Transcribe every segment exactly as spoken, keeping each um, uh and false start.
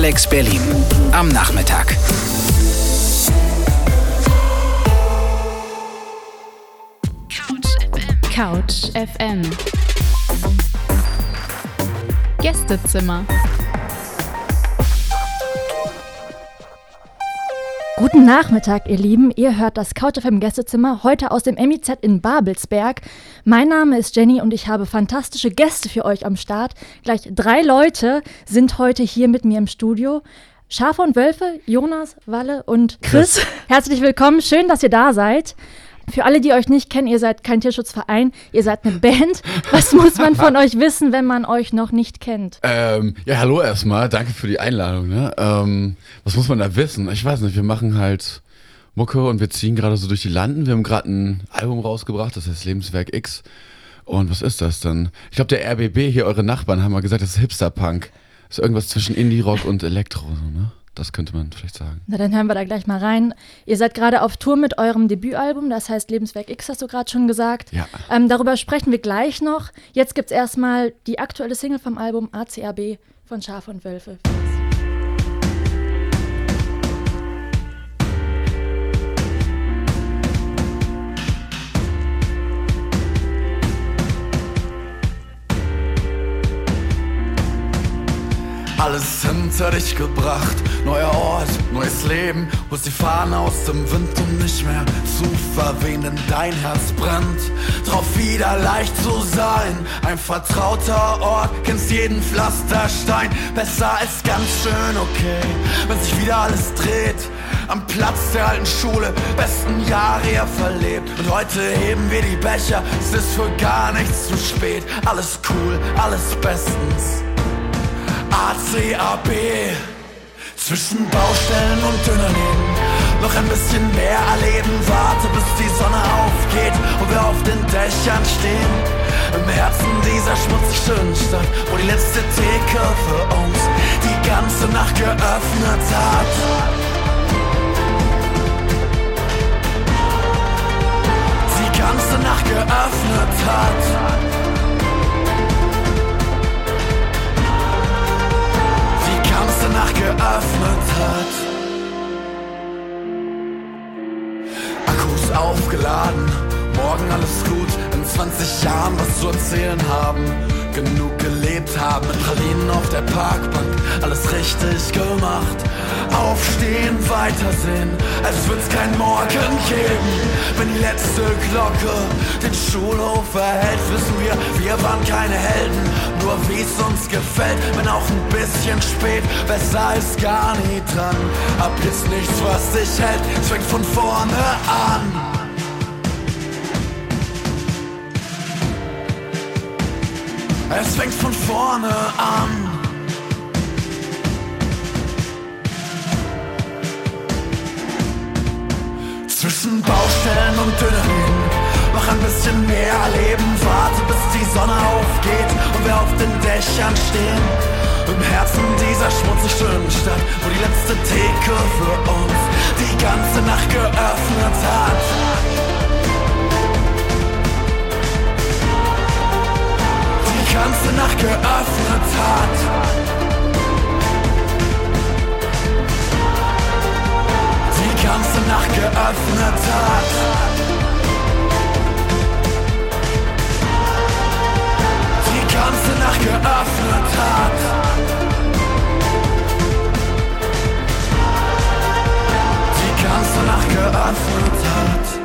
Alex Berlin am Nachmittag. Couch F M. Gästezimmer. Guten Nachmittag, ihr Lieben. Ihr hört das Couch F M Gästezimmer, heute aus dem M I Z in Babelsberg. Mein Name ist Jenny und ich habe fantastische Gäste für euch am Start. Gleich drei Leute sind heute hier mit mir im Studio. Schafe und Wölfe, Jonas, Walle und Chris. Chris. Herzlich willkommen, schön, dass ihr da seid. Für alle, die euch nicht kennen, ihr seid kein Tierschutzverein, ihr seid eine Band. Was muss man von euch wissen, wenn man euch noch nicht kennt? Ähm, ja, hallo erstmal, danke für die Einladung. Ne? Ähm, was muss man da wissen? Ich weiß nicht, wir machen halt Mucke und wir ziehen gerade so durch die Landen. Wir haben gerade ein Album rausgebracht, das heißt Lebenswerk X. Und was ist das dann? Ich glaube, der R B B hier, eure Nachbarn, haben mal gesagt, das ist Hipster-Punk. Das ist irgendwas zwischen Indie-Rock und Elektro, so, ne? Das könnte man vielleicht sagen. Na, dann hören wir da gleich mal rein. Ihr seid gerade auf Tour mit eurem Debütalbum, das heißt Lebenswerk X, hast du gerade schon gesagt. Ja. Ähm, darüber sprechen wir gleich noch. Jetzt gibt es erstmal die aktuelle Single vom Album A C A B von Schafe und Wölfe. Alles hinter dich gebracht, neuer Ort, neues Leben, holst die Fahne aus dem Wind, um nicht mehr zu verwehen, denn dein Herz brennt, drauf wieder leicht zu sein, ein vertrauter Ort, kennst jeden Pflasterstein, besser als ganz schön okay, wenn sich wieder alles dreht, am Platz der alten Schule, besten Jahre ihr verlebt, und heute heben wir die Becher, es ist für gar nichts zu spät, alles cool, alles bestens. A C A B, zwischen Baustellen und Dönerläden, noch ein bisschen mehr erleben, warte bis die Sonne aufgeht und wir auf den Dächern stehen, im Herzen dieser schmutzig schönen Stadt, wo die letzte Theke für uns die ganze Nacht geöffnet hat. Die ganze Nacht geöffnet hat. Nacht geöffnet hat. Akkus aufgeladen, morgen alles gut, in zwanzig Jahren was zu erzählen haben, genug gelebt haben, mit Pralinen auf der Parkbank, alles richtig gemacht, aufstehen, weitersehen, als würd's kein Morgen geben, wenn die letzte Glocke den Schulhof verhält, wissen wir, wir waren keine Helden, nur wie's uns gefällt, wenn auch ein bisschen spät, besser ist gar nie dran, ab jetzt nichts, was dich hält, es fängt von vorne an. Es fängt von vorne an. Zwischen Baustellen und Dönerläden, noch ein bisschen mehr erleben, warte bis die Sonne aufgeht und wir auf den Dächern stehen, im Herzen dieser schmutzig schönen Stadt, wo die letzte Theke für uns die ganze Nacht geöffnet hat. Die ganze Nacht geöffnet hat. Die ganze Nacht geöffnet hat. Die ganze Nacht geöffnet hat. Die ganze Nacht geöffnet hat.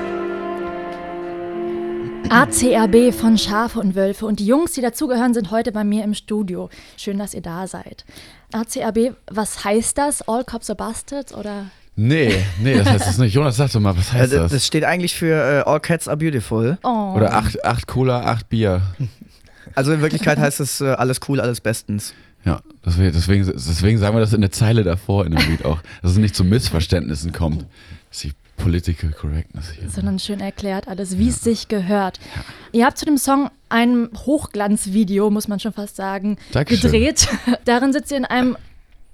A C A B von Schafe und Wölfe und die Jungs, die dazugehören, sind heute bei mir im Studio. Schön, dass ihr da seid. A C A B, was heißt das? All Cops are Bastards oder? Nee, nee, das heißt das nicht. Jonas, sag doch mal, was heißt ja, das? Das steht eigentlich für uh, All Cats are Beautiful. Oh. Oder acht, acht Cola, acht Bier. Also in Wirklichkeit heißt es uh, alles cool, alles bestens. Ja, deswegen, deswegen, deswegen sagen wir das in der Zeile davor in dem Lied auch, dass es nicht zu Missverständnissen kommt. Das ist die Political Correctness hier. Sondern schön erklärt alles, wie es ja. sich gehört. Ja. Ihr habt zu dem Song ein Hochglanzvideo, muss man schon fast sagen, Dankeschön. gedreht. Darin sitzt ihr in einem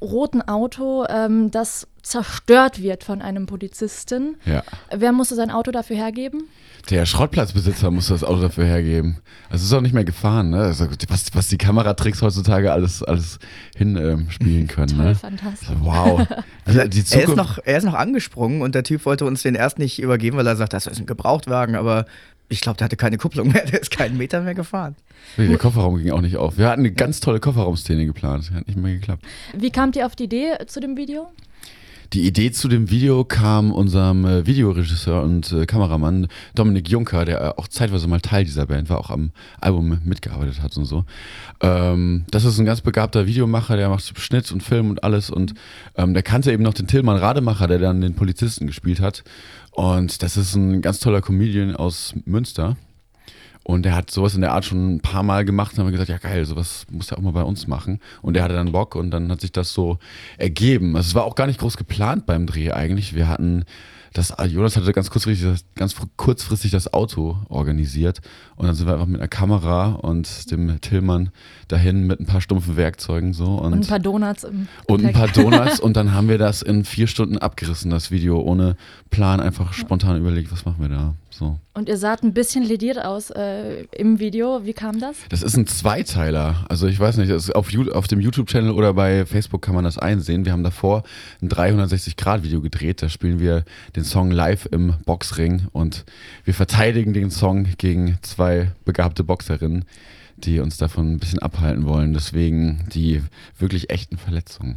roten Auto, ähm, das zerstört wird von einem Polizisten. Ja. Wer musste sein Auto dafür hergeben? Der Schrottplatzbesitzer musste das Auto dafür hergeben. Also es ist auch nicht mehr gefahren, ne? Also was, was die Kameratricks heutzutage alles, alles hinspielen ähm, können. Toll, ne? fantastisch. Wow. Also die er, ist noch, er ist noch angesprungen und der Typ wollte uns den erst nicht übergeben, weil er sagt, das ist ein Gebrauchtwagen, aber ich glaube, der hatte keine Kupplung mehr, der ist keinen Meter mehr gefahren. Nee, der Kofferraum ging auch nicht auf. Wir hatten eine ganz tolle Kofferraumszene geplant, hat nicht mehr geklappt. Wie kamt ihr auf die Idee zu dem Video? Die Idee zu dem Video kam unserem äh, Videoregisseur und äh, Kameramann Dominik Juncker, der äh, auch zeitweise mal Teil dieser Band war, auch am Album mitgearbeitet hat und so. Ähm, das ist ein ganz begabter Videomacher, der macht Schnitt und Film und alles und ähm, der kannte eben noch den Tilman Rademacher, der dann den Polizisten gespielt hat. Und das ist ein ganz toller Comedian aus Münster. Und der hat sowas in der Art schon ein paar Mal gemacht und haben wir gesagt, ja geil, sowas muss er auch mal bei uns machen. Und der hatte dann Bock und dann hat sich das so ergeben. Also es war auch gar nicht groß geplant beim Dreh eigentlich. Wir hatten das, Jonas hatte ganz kurzfristig, das, ganz kurzfristig das Auto organisiert und dann sind wir einfach mit einer Kamera und dem Tillmann dahin mit ein paar stumpfen Werkzeugen so. Und, Und ein paar Donuts im Und ein Gepäck. paar Donuts und dann haben wir das in vier Stunden abgerissen, das Video, ohne Plan, einfach spontan überlegt, was machen wir da. So. Und ihr saht ein bisschen lediert aus äh, im Video. Wie kam das? Das ist ein Zweiteiler. Also ich weiß nicht, das ist auf, auf dem YouTube-Channel oder bei Facebook kann man das einsehen. Wir haben davor ein dreihundertsechzig Grad Video gedreht. Da spielen wir den Song live im Boxring und wir verteidigen den Song gegen zwei begabte Boxerinnen, die uns davon ein bisschen abhalten wollen. Deswegen die wirklich echten Verletzungen.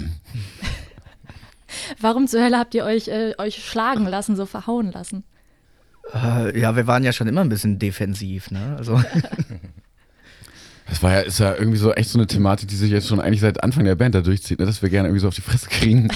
Warum zur Hölle habt ihr euch, äh, euch schlagen lassen, so verhauen lassen? Äh, ja, wir waren ja schon immer ein bisschen defensiv, ne? Also. Das war ja, ist ja irgendwie so echt so eine Thematik, die sich jetzt schon eigentlich seit Anfang der Band da durchzieht, ne? Dass wir gerne irgendwie so auf die Fresse kriegen.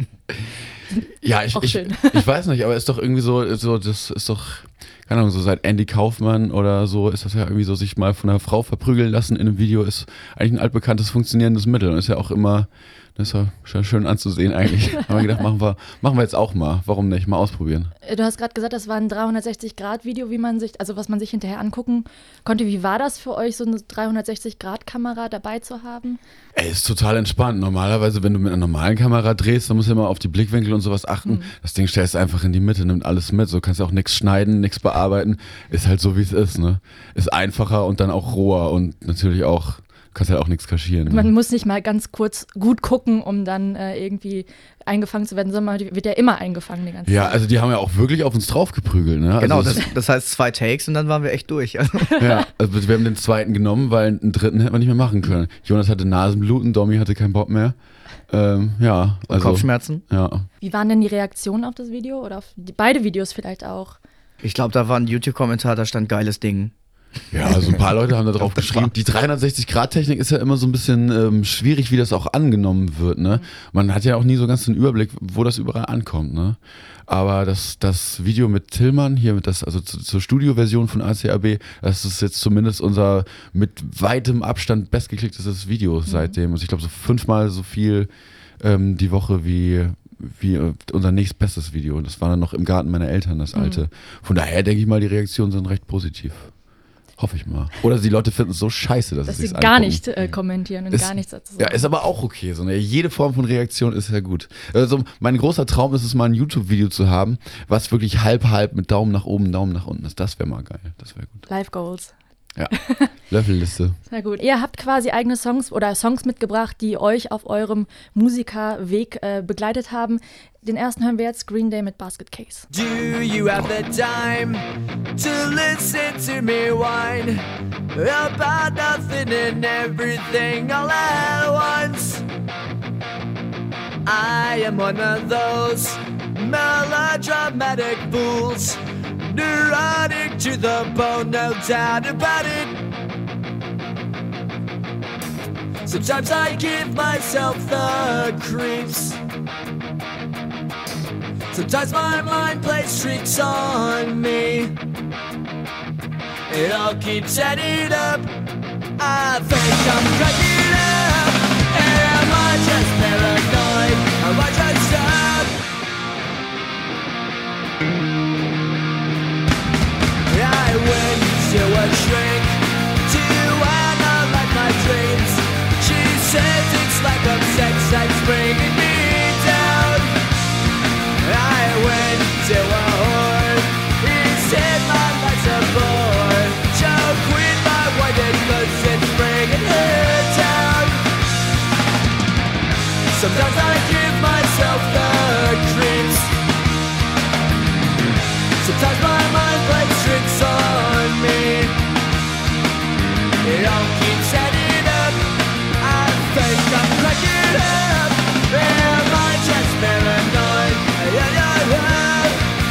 Ja, ich, Auch ich, schön. ich weiß nicht, aber ist doch irgendwie so, so, das ist doch, keine Ahnung, so seit Andy Kaufmann oder so ist das ja irgendwie so, sich mal von einer Frau verprügeln lassen in einem Video ist eigentlich ein altbekanntes, funktionierendes Mittel und ist ja auch immer, das ist ja schon schön anzusehen eigentlich. Haben wir gedacht, machen wir, machen wir jetzt auch mal, warum nicht, mal ausprobieren. Du hast gerade gesagt, das war ein dreihundertsechzig Grad Video, wie man sich, also was man sich hinterher angucken konnte. Wie war das für euch, so eine dreihundertsechzig Grad Kamera dabei zu haben? Ey, ist total entspannt. Normalerweise, wenn du mit einer normalen Kamera drehst, dann musst du immer auf die Blickwinkel und sowas achten. Mhm. Das Ding stellst du einfach in die Mitte, nimmt alles mit. So kannst du auch nichts schneiden, nichts bearbeiten. Ist halt so, wie es ist, ne? Ist einfacher und dann auch roher und natürlich auch, kannst halt auch nichts kaschieren. Ne? Man muss nicht mal ganz kurz gut gucken, um dann äh, irgendwie eingefangen zu werden, sondern man wird ja immer eingefangen die ganze Ja, Zeit. also die haben ja auch wirklich auf uns draufgeprügelt. Ne? Genau, also das, das heißt zwei Takes und dann waren wir echt durch. Also. Ja, also wir haben den zweiten genommen, weil einen dritten hätten wir nicht mehr machen können. Jonas hatte Nasenbluten, Domi hatte keinen Bock mehr. Ähm, ja, also, Kopfschmerzen. Ja. Wie waren denn die Reaktionen auf das Video oder auf die, beide Videos vielleicht auch? Ich glaube, da war ein YouTube-Kommentar, da stand geiles Ding. Ja, also ein paar Leute haben da drauf geschrieben. Die dreihundertsechzig Grad Technik ist ja immer so ein bisschen ähm, schwierig, wie das auch angenommen wird. Ne? Man hat ja auch nie so ganz den Überblick, wo das überall ankommt. Ne? Aber das, das Video mit Tillmann, hier mit das, also zu, zur Studioversion von A C A B, das ist jetzt zumindest unser mit weitem Abstand bestgeklicktestes Video mhm. seitdem. Also ich glaube so fünfmal so viel ähm, die Woche wie wie unser nächstbestes Video. Und das war dann noch im Garten meiner Eltern, das alte. Mhm. Von daher denke ich mal, die Reaktionen sind recht positiv. Hoffe ich mal. Oder die Leute finden es so scheiße, dass, dass sie es gar angucken. nicht äh, kommentieren und ist, gar nichts dazu sagen. Ja, ist aber auch okay. So, ne? Jede Form von Reaktion ist ja gut. Also mein großer Traum ist es mal, ein YouTube-Video zu haben, was wirklich halb-halb mit Daumen nach oben, Daumen nach unten ist. Das wäre mal geil. Das wäre gut. Live Goals. Ja, Löffelliste. Na gut. Ihr habt quasi eigene Songs oder Songs mitgebracht, die euch auf eurem Musikerweg äh, begleitet haben. Den ersten hören wir jetzt, Green Day mit Basket Case. Do you have the time to listen to me whine about nothing and everything all at once? I am one of those melodramatic fools, neurotic to the bone, no doubt about it. Sometimes I give myself the creeps. Sometimes my mind plays tricks on me. It all keeps adding up. I think I'm cracking up. Am I just paranoid? Am I just up? I went to a shrink to analyze my dreams. She says it's like I'm sex, sex nine till we're whore. He said my life's a bore. She'll quit my wife cause it's bringing her down. Sometimes I give myself the creeps. Sometimes my mind plays tricks on me. It all keeps adding up. I think I'm cracking up. Am I just paranoid? Yeah, yeah, yeah.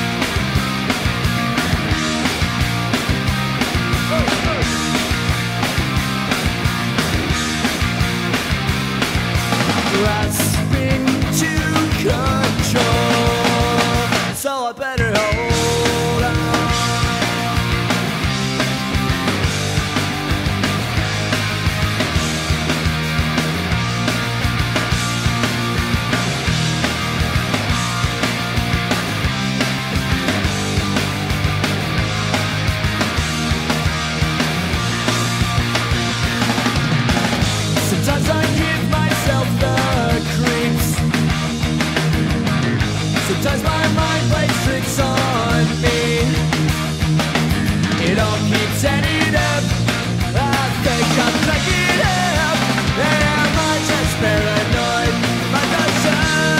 Grasping to control, so I better hold on. Sometimes I give myself the creeps. Sometimes my mind plays tricks on me. It all keeps adding up. I think I'm cracking up. Am I just paranoid? My concern.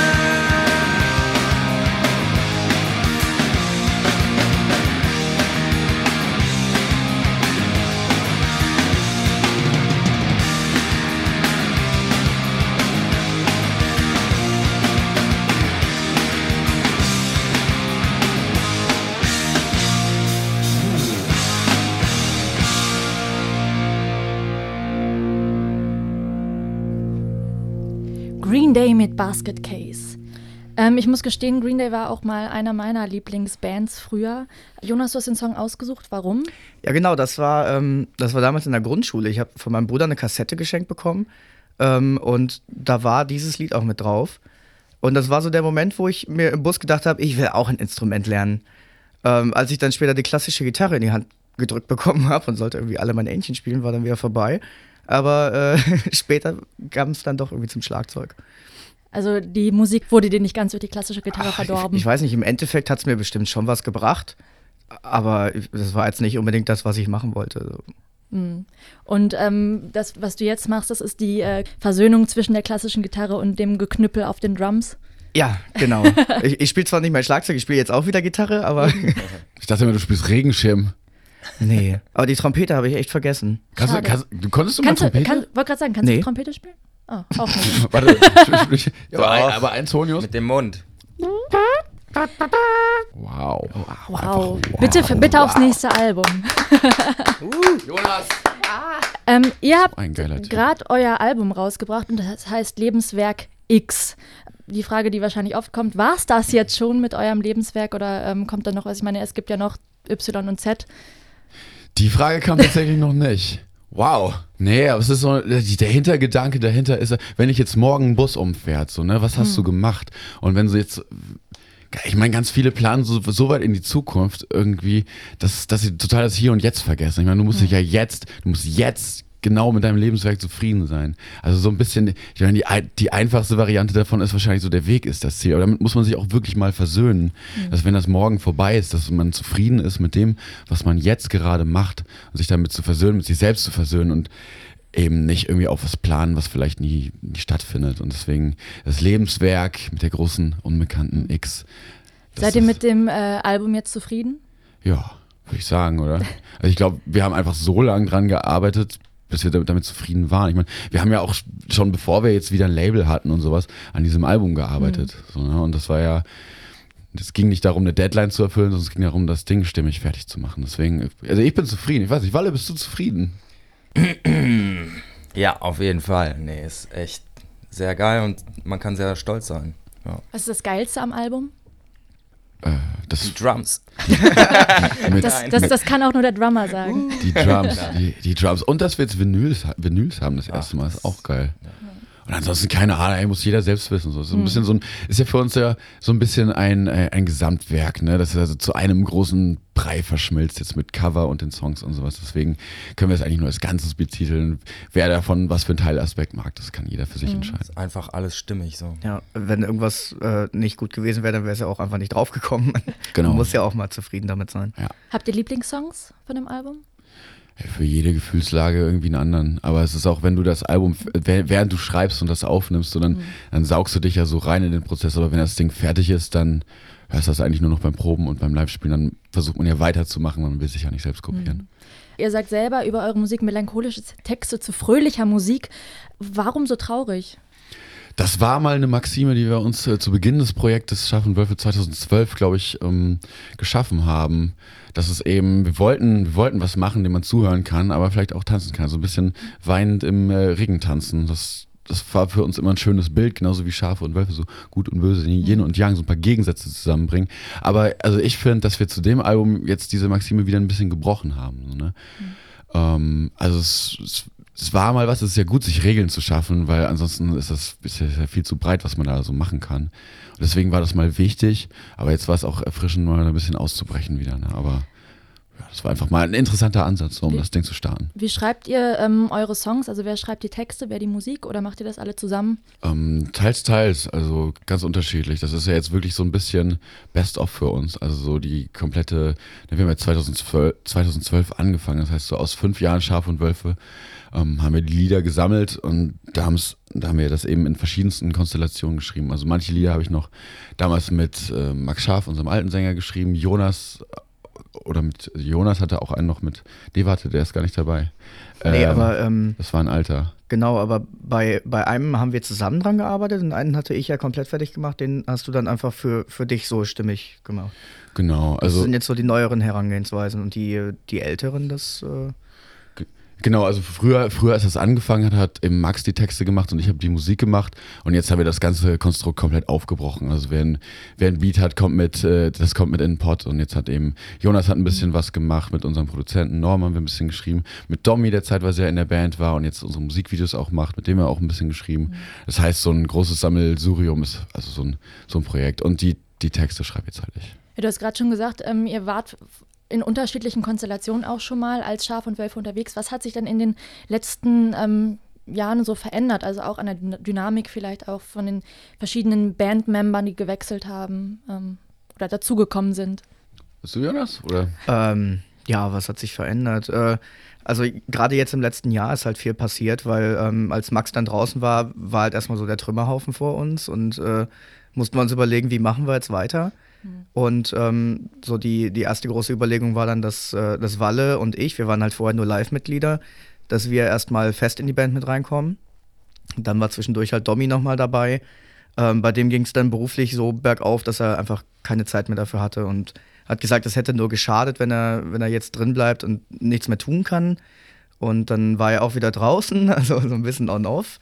Green Day mit Basket Case. Ähm, ich muss gestehen, Green Day war auch mal einer meiner Lieblingsbands früher. Jonas, du hast den Song ausgesucht. Warum? Ja, genau, das war, ähm, das war damals in der Grundschule. Ich habe von meinem Bruder eine Kassette geschenkt bekommen ähm, und da war dieses Lied auch mit drauf. Und das war so der Moment, wo ich mir im Bus gedacht habe, ich will auch ein Instrument lernen. Ähm, als ich dann später die klassische Gitarre in die Hand gedrückt bekommen habe und sollte irgendwie alle meine Entchen spielen, war dann wieder vorbei. Aber äh, später kam es dann doch irgendwie zum Schlagzeug. Also die Musik wurde dir nicht ganz durch die klassische Gitarre Ach, verdorben. Ich, ich weiß nicht, im Endeffekt hat es mir bestimmt schon was gebracht. Aber das war jetzt nicht unbedingt das, was ich machen wollte. Mhm. Und ähm, das, was du jetzt machst, das ist die äh, Versöhnung zwischen der klassischen Gitarre und dem Geknüppel auf den Drums. Ja, genau. ich ich spiele zwar nicht mehr Schlagzeug, ich spiele jetzt auch wieder Gitarre, aber Ich dachte immer, du spielst Regenschirm. nee. Aber die Trompete habe ich echt vergessen. Kannst du, Schade. kannst, du konntest du mal Kannst du, Trompete? kann, wollte gerade sagen, kannst Nee. du Trompete spielen? Oh, auch nicht. Warte, ich, ich, ja, aber, ein, Doch. aber ein Ton, Mit dem Mund. Wow. Wow. Bitte, bitte aufs nächste Album. Jonas! Ähm, ihr habt Ein geiler Typ. gerade euer Album rausgebracht und das heißt Lebenswerk X. Die Frage, die wahrscheinlich oft kommt, war es das jetzt schon mit eurem Lebenswerk oder ähm, kommt da noch was? Ich meine, es gibt ja noch Y und Z. Die Frage kam tatsächlich noch nicht. Wow. Nee, aber es ist so, der Hintergedanke dahinter ist, wenn ich jetzt morgen einen Bus umfährt, so, ne, was hast hm. du gemacht? Und wenn du jetzt, ich meine, ganz viele planen so, so weit in die Zukunft irgendwie, dass, dass sie total das Hier und Jetzt vergessen. Ich meine, du musst dich ja jetzt, du musst jetzt genau mit deinem Lebenswerk zufrieden sein. Also so ein bisschen, ich meine, die, die einfachste Variante davon ist wahrscheinlich so, der Weg ist das Ziel. Aber damit muss man sich auch wirklich mal versöhnen, mhm. dass wenn das morgen vorbei ist, dass man zufrieden ist mit dem, was man jetzt gerade macht und sich damit zu versöhnen, mit sich selbst zu versöhnen und eben nicht irgendwie auf was planen, was vielleicht nie, nie stattfindet. Und deswegen das Lebenswerk mit der großen, unbekannten X. Seid ihr mit dem äh, Album jetzt zufrieden? Ja, würde ich sagen, oder? Also ich glaube, wir haben einfach so lange dran gearbeitet, bis wir damit, damit zufrieden waren. Ich meine, wir haben ja auch schon, bevor wir jetzt wieder ein Label hatten und sowas, an diesem Album gearbeitet. Mhm. So, ne? Und das war ja, es ging nicht darum, eine Deadline zu erfüllen, sondern es ging darum, das Ding stimmig fertig zu machen. Deswegen, also ich bin zufrieden. Ich weiß nicht, Walle, bist du zufrieden? Ja, auf jeden Fall. Nee, ist echt sehr geil und man kann sehr stolz sein. Ja. Was ist das Geilste am Album? Äh, das Die Drums. mit, Das, das, das kann auch nur der Drummer sagen. die Drums, die, die Drums. Und dass wir jetzt Vinyls, Vinyls haben das erste Mal, ist auch geil. Und ansonsten keine Ahnung, ey, muss jeder selbst wissen. So. Ist, ein bisschen so ein, ist ja für uns ja so ein bisschen ein, ein Gesamtwerk, ne? Das ist also zu einem großen Brei verschmilzt jetzt mit Cover und den Songs und sowas. Deswegen können wir es eigentlich nur als Ganzes betiteln. Wer davon was für einen Teilaspekt mag, das kann jeder für sich mhm. entscheiden. Ist einfach alles stimmig so. Ja, wenn irgendwas äh, nicht gut gewesen wäre, dann wäre es ja auch einfach nicht draufgekommen. Genau. Man muss ja auch mal zufrieden damit sein. Ja. Habt ihr Lieblingssongs von dem Album? Für jede Gefühlslage irgendwie einen anderen. Aber es ist auch, wenn du das Album, während du schreibst und das aufnimmst, so dann, mhm. dann saugst du dich ja so rein in den Prozess. Aber wenn das Ding fertig ist, dann hörst du das eigentlich nur noch beim Proben und beim Live-Spielen. Dann versucht man ja weiterzumachen, man will sich ja nicht selbst kopieren. Mhm. Ihr sagt selber über eure Musik melancholische Texte zu fröhlicher Musik. Warum so traurig? Das war mal eine Maxime, die wir uns äh, zu Beginn des Projektes Schafen Wölfe zweitausendzwölf, glaube ich, ähm, geschaffen haben. Dass es eben, wir wollten, wir wollten was machen, dem man zuhören kann, aber vielleicht auch tanzen kann. So ein bisschen weinend im äh, Regen tanzen. Das, das war für uns immer ein schönes Bild, genauso wie Schafe und Wölfe so gut und böse, Yin und Yang, so ein paar Gegensätze zusammenbringen. Aber also ich finde, dass wir zu dem Album jetzt diese Maxime wieder ein bisschen gebrochen haben. So, ne? Mhm. Ähm, also es, es Es war mal was, es ist ja gut, sich Regeln zu schaffen, weil ansonsten ist das ist ja viel zu breit, was man da so machen kann. Und deswegen war das mal wichtig, aber jetzt war es auch erfrischend, mal ein bisschen auszubrechen wieder. Ne? Aber ja, das war einfach mal ein interessanter Ansatz, um wie, das Ding zu starten. Wie schreibt ihr ähm, eure Songs? Also wer schreibt die Texte, wer die Musik oder macht ihr das alle zusammen? Ähm, teils, teils, also ganz unterschiedlich. Das ist ja jetzt wirklich so ein bisschen Best-of für uns. Also so die komplette, wir haben ja zweitausendzwölf, zweitausendzwölf angefangen, das heißt so aus fünf Jahren Schafe und Wölfe Ähm, haben wir die Lieder gesammelt und da, da haben wir das eben in verschiedensten Konstellationen geschrieben. Also manche Lieder habe ich noch damals mit äh, Max Scharf, unserem alten Sänger, geschrieben. Jonas, oder mit Jonas hatte auch einen noch mit, nee, warte, der ist gar nicht dabei. Äh, nee, aber ähm, das war ein alter. Genau, aber bei, bei einem haben wir zusammen dran gearbeitet und einen hatte ich ja komplett fertig gemacht, den hast du dann einfach für, für dich so stimmig gemacht. Genau. Also das sind jetzt so die neueren Herangehensweisen und die, die älteren, das... Äh Genau, also früher, früher als das angefangen hat, hat eben Max die Texte gemacht und ich habe die Musik gemacht und jetzt haben wir das ganze Konstrukt komplett aufgebrochen. Also wer ein, wer ein Beat hat, kommt mit, äh, das kommt mit in den Pod und jetzt hat eben, Jonas hat ein bisschen was gemacht mit unserem Produzenten, Norm haben wir ein bisschen geschrieben, mit Domi, der zeitweise ja in der Band war und jetzt unsere Musikvideos auch macht, mit dem haben wir auch ein bisschen geschrieben. Das heißt, so ein großes Sammelsurium ist also so ein, so ein Projekt und die, die Texte schreibe jetzt halt ich. Ja, du hast gerade schon gesagt, ähm, ihr wart in unterschiedlichen Konstellationen auch schon mal als Schaf und Wölfe unterwegs. Was hat sich denn in den letzten ähm, Jahren so verändert? Also auch an der Dynamik vielleicht auch von den verschiedenen Bandmembern, die gewechselt haben ähm, oder dazugekommen sind. Bist du Jonas? Oder? Ähm, ja, was hat sich verändert? Äh, also gerade jetzt im letzten Jahr ist halt viel passiert, weil ähm, als Max dann draußen war, war halt erstmal so der Trümmerhaufen vor uns und äh, mussten wir uns überlegen, wie machen wir jetzt weiter? Und ähm, so die, die erste große Überlegung war dann, dass, äh, dass Walle und ich, wir waren halt vorher nur Live-Mitglieder, dass wir erstmal fest in die Band mit reinkommen. Dann war zwischendurch halt Domi nochmal dabei. Ähm, bei dem ging es dann beruflich so bergauf, dass er einfach keine Zeit mehr dafür hatte und hat gesagt, es hätte nur geschadet, wenn er, wenn er jetzt drin bleibt und nichts mehr tun kann. Und dann war er auch wieder draußen, also so ein bisschen on-off.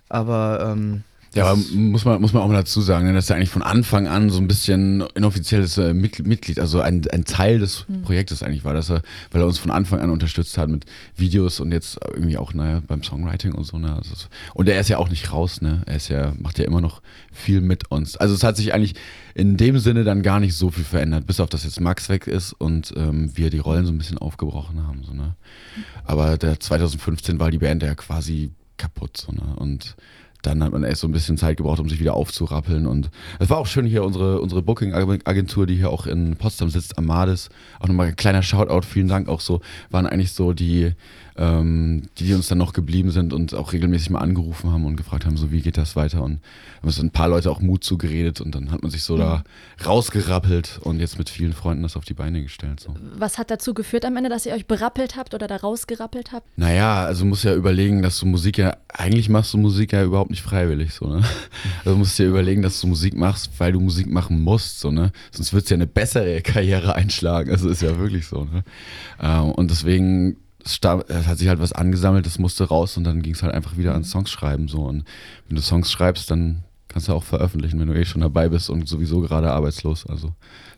Aber ähm, ja, aber muss man, muss man auch mal dazu sagen, ne, dass er eigentlich von Anfang an so ein bisschen inoffizielles äh, Mitglied, also ein, ein Teil des mhm. Projektes eigentlich war, dass er, weil er uns von Anfang an unterstützt hat mit Videos und jetzt irgendwie auch naja, beim Songwriting und so. Ne, also, und er ist ja auch nicht raus, ne? Er ist ja, macht ja immer noch viel mit uns. Also es hat sich eigentlich in dem Sinne dann gar nicht so viel verändert, bis auf dass jetzt Max weg ist und ähm, wir die Rollen so ein bisschen aufgebrochen haben. So, ne? Aber der zweitausendfünfzehn war die Band ja quasi kaputt. So, ne? Und dann hat man erst so ein bisschen Zeit gebraucht, um sich wieder aufzurappeln. Und es war auch schön hier, unsere, unsere Booking-Agentur, die hier auch in Potsdam sitzt, Amades. Auch nochmal ein kleiner Shoutout, vielen Dank auch so. Waren eigentlich so die, ähm, die, die uns dann noch geblieben sind und auch regelmäßig mal angerufen haben und gefragt haben, so wie geht das weiter. Und haben uns ein paar Leute auch Mut zugeredet und dann hat man sich so mhm. da rausgerappelt und jetzt mit vielen Freunden das auf die Beine gestellt. So. Was hat dazu geführt am Ende, dass ihr euch berappelt habt oder da rausgerappelt habt? Naja, also musst ja überlegen, dass du Musik ja, eigentlich machst du Musik ja überhaupt nicht freiwillig, so, ne? Also musst dir überlegen, dass du Musik machst, weil du Musik machen musst, so, ne? Sonst würdest du ja eine bessere Karriere einschlagen, also ist ja wirklich so, ne? Und deswegen, es hat sich halt was angesammelt, das musste raus und dann ging es halt einfach wieder an Songs schreiben, so. Und wenn du Songs schreibst, dann kannst du auch veröffentlichen, wenn du eh schon dabei bist und sowieso gerade arbeitslos, also.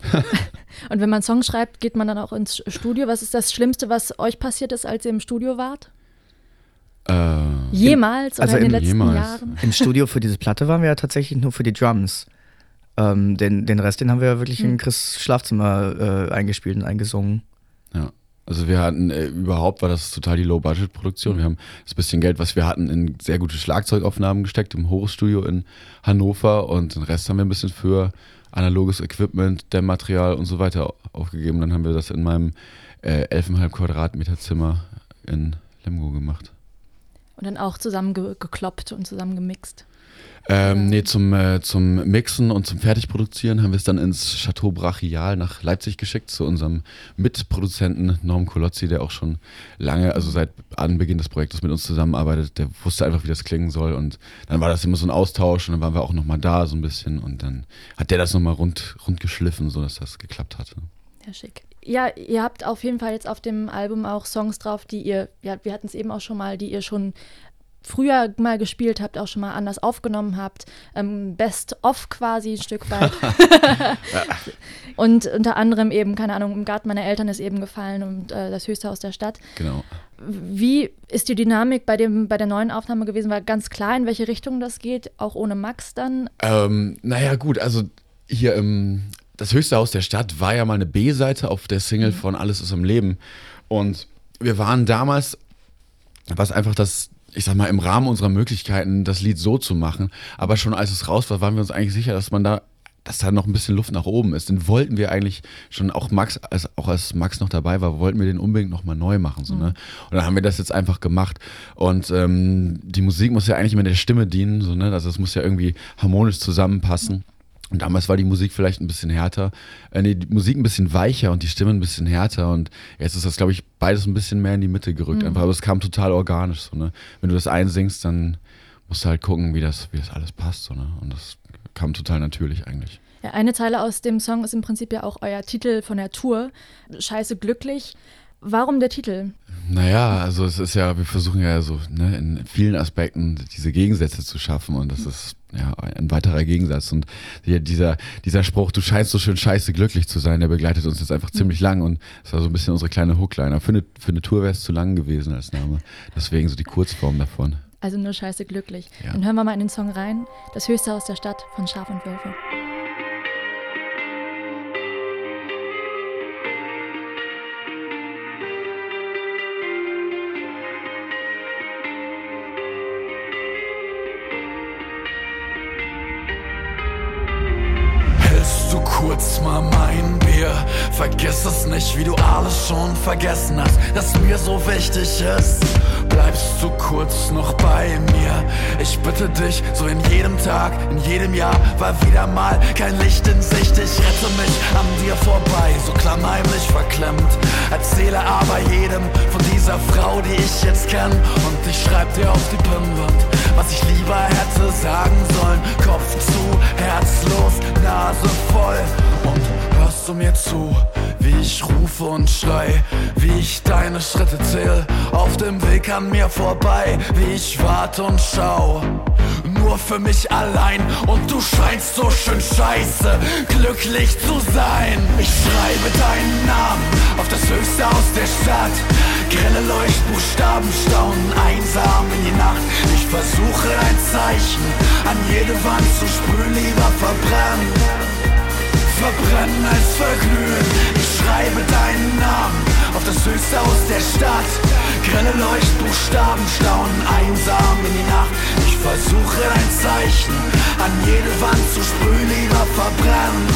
Und wenn man Songs schreibt, geht man dann auch ins Studio. Was ist das Schlimmste, was euch passiert ist, als ihr im Studio wart? Äh, Jemals oder also in den im- letzten jemals. Jahren? Im Studio für diese Platte waren wir ja tatsächlich nur für die Drums. Ähm, den, den Rest, den haben wir ja wirklich Hm. in Chris' Schlafzimmer äh, eingespielt und eingesungen. Ja. Also wir hatten, äh, überhaupt war das total die Low-Budget-Produktion. Wir haben das bisschen Geld, was wir hatten, in sehr gute Schlagzeugaufnahmen gesteckt im Horus-Studio in Hannover und den Rest haben wir ein bisschen für analoges Equipment, Dämmmaterial und so weiter aufgegeben. Dann haben wir das in meinem äh, elf Komma fünf Quadratmeter Zimmer in Lemgo gemacht. Und dann auch zusammen ge gekloppt und zusammen gemixt. Ähm, nee, zum, äh, zum Mixen und zum Fertigproduzieren haben wir es dann ins Chateau Brachial nach Leipzig geschickt, zu unserem Mitproduzenten Norm Kolozzi, der auch schon lange, also seit Anbeginn des Projektes mit uns zusammenarbeitet. Der wusste einfach, wie das klingen soll und dann war das immer so ein Austausch und dann waren wir auch nochmal da so ein bisschen und dann hat der das nochmal rund, rund geschliffen, sodass das geklappt hatte. Ja, schick. Ja, ihr habt auf jeden Fall jetzt auf dem Album auch Songs drauf, die ihr, ja, wir hatten es eben auch schon mal, die ihr schon früher mal gespielt habt, auch schon mal anders aufgenommen habt. Ähm, Best-of quasi ein Stück weit. Und unter anderem eben, keine Ahnung, im Garten meiner Eltern ist eben gefallen und äh, das höchste Haus der Stadt. Genau. Wie ist die Dynamik bei, dem, bei der neuen Aufnahme gewesen? War ganz klar, in welche Richtung das geht, auch ohne Max dann? Ähm, naja, gut, also hier im Das höchste Haus der Stadt war ja mal eine B-Seite auf der Single von Alles ist im Leben. Und wir waren damals, was einfach das, ich sag mal, im Rahmen unserer Möglichkeiten, das Lied so zu machen. Aber schon als es raus war, waren wir uns eigentlich sicher, dass man da, dass da noch ein bisschen Luft nach oben ist. Den wollten wir eigentlich schon, auch Max, als, auch als Max noch dabei war, wollten wir den unbedingt nochmal neu machen. So, ne? Und dann haben wir das jetzt einfach gemacht. Und ähm, die Musik muss ja eigentlich immer der Stimme dienen. So, ne? Also es muss ja irgendwie harmonisch zusammenpassen. Und damals war die Musik vielleicht ein bisschen härter, äh, nee, die Musik ein bisschen weicher und die Stimme ein bisschen härter und jetzt ist das, glaube ich, beides ein bisschen mehr in die Mitte gerückt. Mhm. Einfach, aber es kam total organisch. So, ne? Wenn du das einsingst, dann musst du halt gucken, wie das, wie das alles passt. So, ne? Und das kam total natürlich eigentlich. Ja, eine Zeile aus dem Song ist im Prinzip ja auch euer Titel von der Tour, Scheiße glücklich. Warum der Titel? Naja, also es ist ja, wir versuchen ja so ne, in vielen Aspekten diese Gegensätze zu schaffen und das ist ja ein weiterer Gegensatz und hier dieser, dieser Spruch, du scheinst so schön scheiße glücklich zu sein, der begleitet uns jetzt einfach ziemlich lang und das war so ein bisschen unsere kleine Hookline. Für eine, für eine Tour wäre es zu lang gewesen als Name, deswegen so die Kurzform davon. Also nur Scheiße glücklich. Ja. Dann hören wir mal in den Song rein, Das höchste Haus der Stadt von Schaf und Wölfe. Du kurz mal mein Bier, vergiss es nicht, wie du alles schon vergessen hast, das mir so wichtig ist. Bleibst du kurz noch bei mir? Ich bitte dich, so in jedem Tag, in jedem Jahr war wieder mal kein Licht in Sicht. Ich rette mich an dir vorbei, so klammheimlich verklemmt. Erzähle aber jedem von dieser Frau, die ich jetzt kenn. Und ich schreib dir auf die Pinnwand, was ich lieber hätte sagen sollen. Kopf zu, herzlos, Nase voll. Und hörst du mir zu, wie ich rufe und schrei, wie ich deine Schritte zähl, auf dem Weg an mir vorbei, wie ich warte und schau, nur für mich allein. Und du scheinst so schön scheiße glücklich zu sein. Ich schreibe deinen Namen auf das höchste Haus der Stadt. Grelle Leuchtbuchstaben staunen einsam in die Nacht. Ich versuche ein Zeichen an jede Wand zu sprühen, lieber verbrennen. Verbrennen als verglühen. Ich schreibe deinen Namen auf das höchste Haus der Stadt. Grelle Leuchtbuchstaben staunen einsam in die Nacht. Ich versuche ein Zeichen an jede Wand zu sprühen, lieber verbrennen.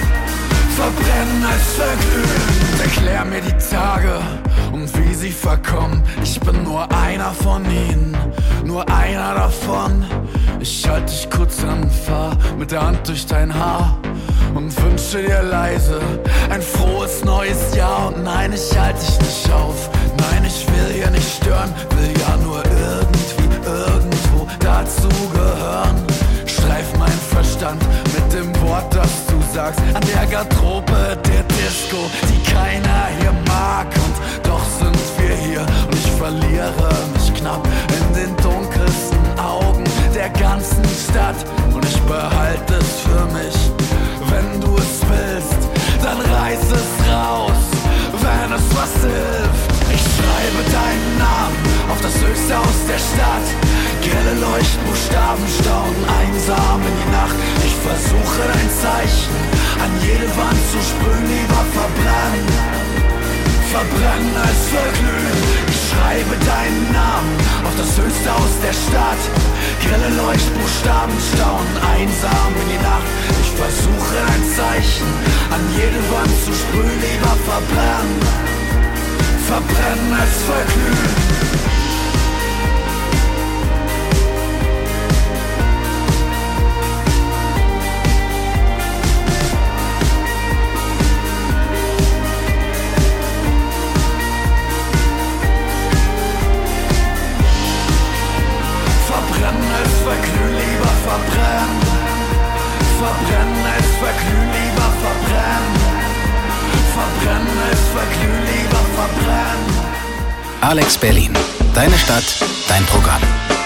Verbrennen als verglühen. Erklär mir die Tage und wie sie verkommen. Ich bin nur einer von ihnen, nur einer davon. Ich halte dich kurz an, fahr mit der Hand durch dein Haar und wünsche dir leise ein frohes neues Jahr. Und nein, ich halte dich nicht auf, nein, ich will hier nicht stören, will ja nur irgendwie irgendwo dazugehören. Streif meinen Verstand mit dem Wort, das du sagst, an der Garderobe der Disco, die keiner hier mag. Und doch sind wir hier und ich verliere mich knapp in den dunkelsten Augen der ganzen Stadt. Und ich behalte es für mich, wenn du es willst, dann reiß es raus, wenn es was hilft. Ich schreibe deinen Namen auf das höchste Haus der Stadt. Grelle Leuchtbuchstaben staunen einsam in die Nacht. Ich versuche dein Zeichen an jede Wand zu sprühen, lieber verbrennen. Verbrennen als verglühen. Ich schreibe deinen Namen auf das höchste Haus der Stadt. Grelle Leuchtbuchstaben staunen einsam in die Nacht. Ich versuche ein Zeichen an jede Wand zu sprühen, lieber verbrennen. Verbrennen als verglühen. Verbrennen als verglühen, lieber verbrennen. Verbrennen als verglühen, lieber verbrennen. Verbrennen als verglühen, lieber verbrennen. Alex Berlin. Deine Stadt, dein Programm.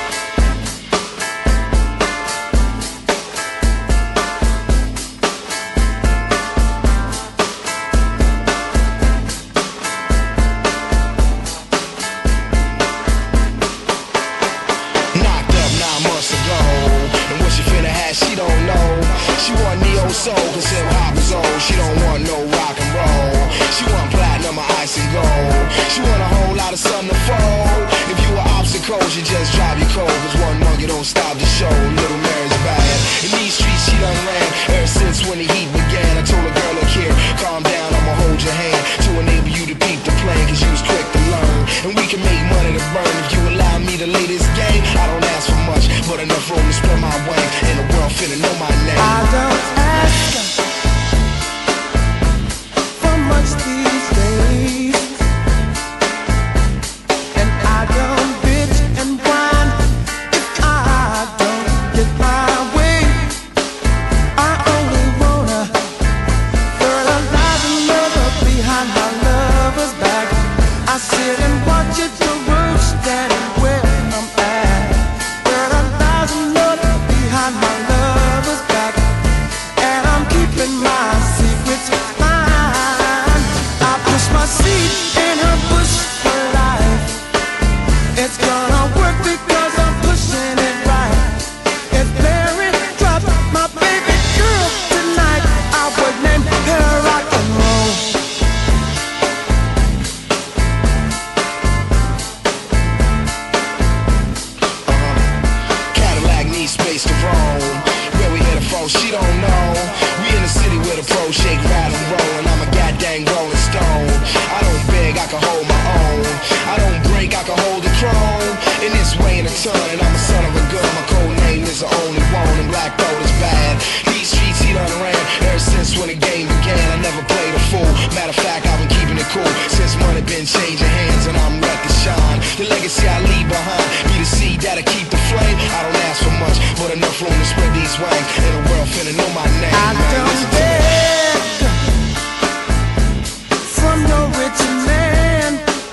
Soul, cause hip hop is old. She don't want no rock and roll. She want platinum or ice and gold. She want a whole lot of sun to fold. If you were obstacles, you just drive you cold. Cause one monkey don't stop the show. Little Mary's bad. In these streets she done ran ever since when the heat began. I told a girl, look here, calm down, I'ma hold your hand to enable you to peep the plan. Cause you was quick to learn. And we can make money to burn. If you allow me to lay this game, I don't ask for much, but enough room to spread my wing. And the world finna know my name. I don't for much these days, and I don't bitch and whine if I don't get my way. I only wanna fertilize another behind my lover's back. I sit and watch it the road standing where I'm at. Fertilize another behind my lover's back, and I'm keeping my secrets. My seed in her bush for life. It's gonna work because I'm pushing it right. If Mary dropped my baby girl tonight, I would name her rock and roll. uh-huh. Cadillac needs space to roam. Where we headed from, she don't know. We in the city where the pros shake, rattle, and roll, and I'm a goddamn rolling stone. I don't beg, I can hold my own. I don't break, I can hold the throne. In this way in a ton, and I'm a son of a gun. My code name is the only one, and black gold is bad. These streets he done ran ever since when the game began. I never played a fool. Matter of fact, I've been keeping it cool since money been changing hands, and I'm ready to shine. The legacy I leave behind be the seed that'll keep the flame. I don't ask for much, but enough room to spread these wings. And the world finna know my name. I man. don't beg from no rich man,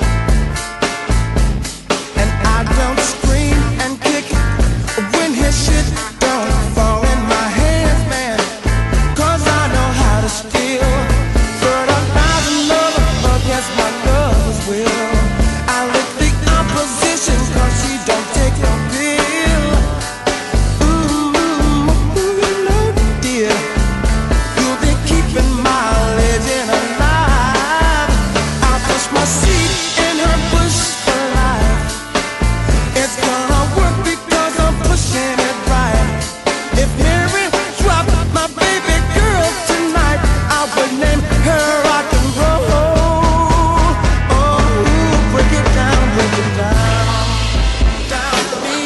and I don't scream and kick when his shit don't fall in my hands, man. Cause I know how to steal fertilize another against my lover's will. I lick the opposition cause she don't take no pill. Ooh, ooh, you know, dear, you'll be keeping my legend alive. I push my seed in her bush for life. It's gonna work because I'm pushing it right. If Mary dropped my baby girl tonight, I would name her rock and roll. Oh, break it down, break it down, down to me.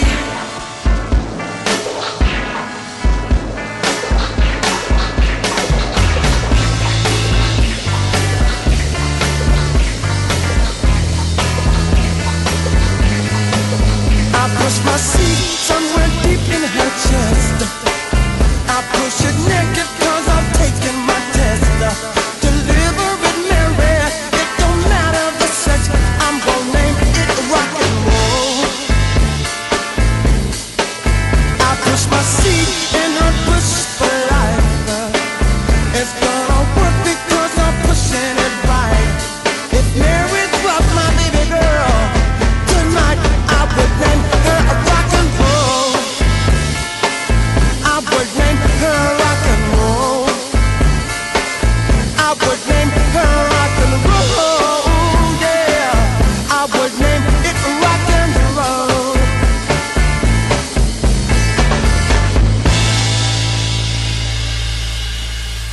I push my seat somewhere deep in her chest. I push it naked cause I'm taking my test. Deliver it, Mary, it don't matter the sex. I'm gonna name it rock and roll. I push my seat in her bush for life. It's gonna work because I'm pushing it right. If Mary dropped my baby girl tonight, I would name her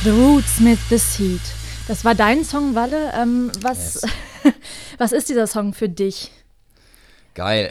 The Roots mit The Seed. Das war dein Song, Walle. Ähm, was, yes. was ist dieser Song für dich? Geil.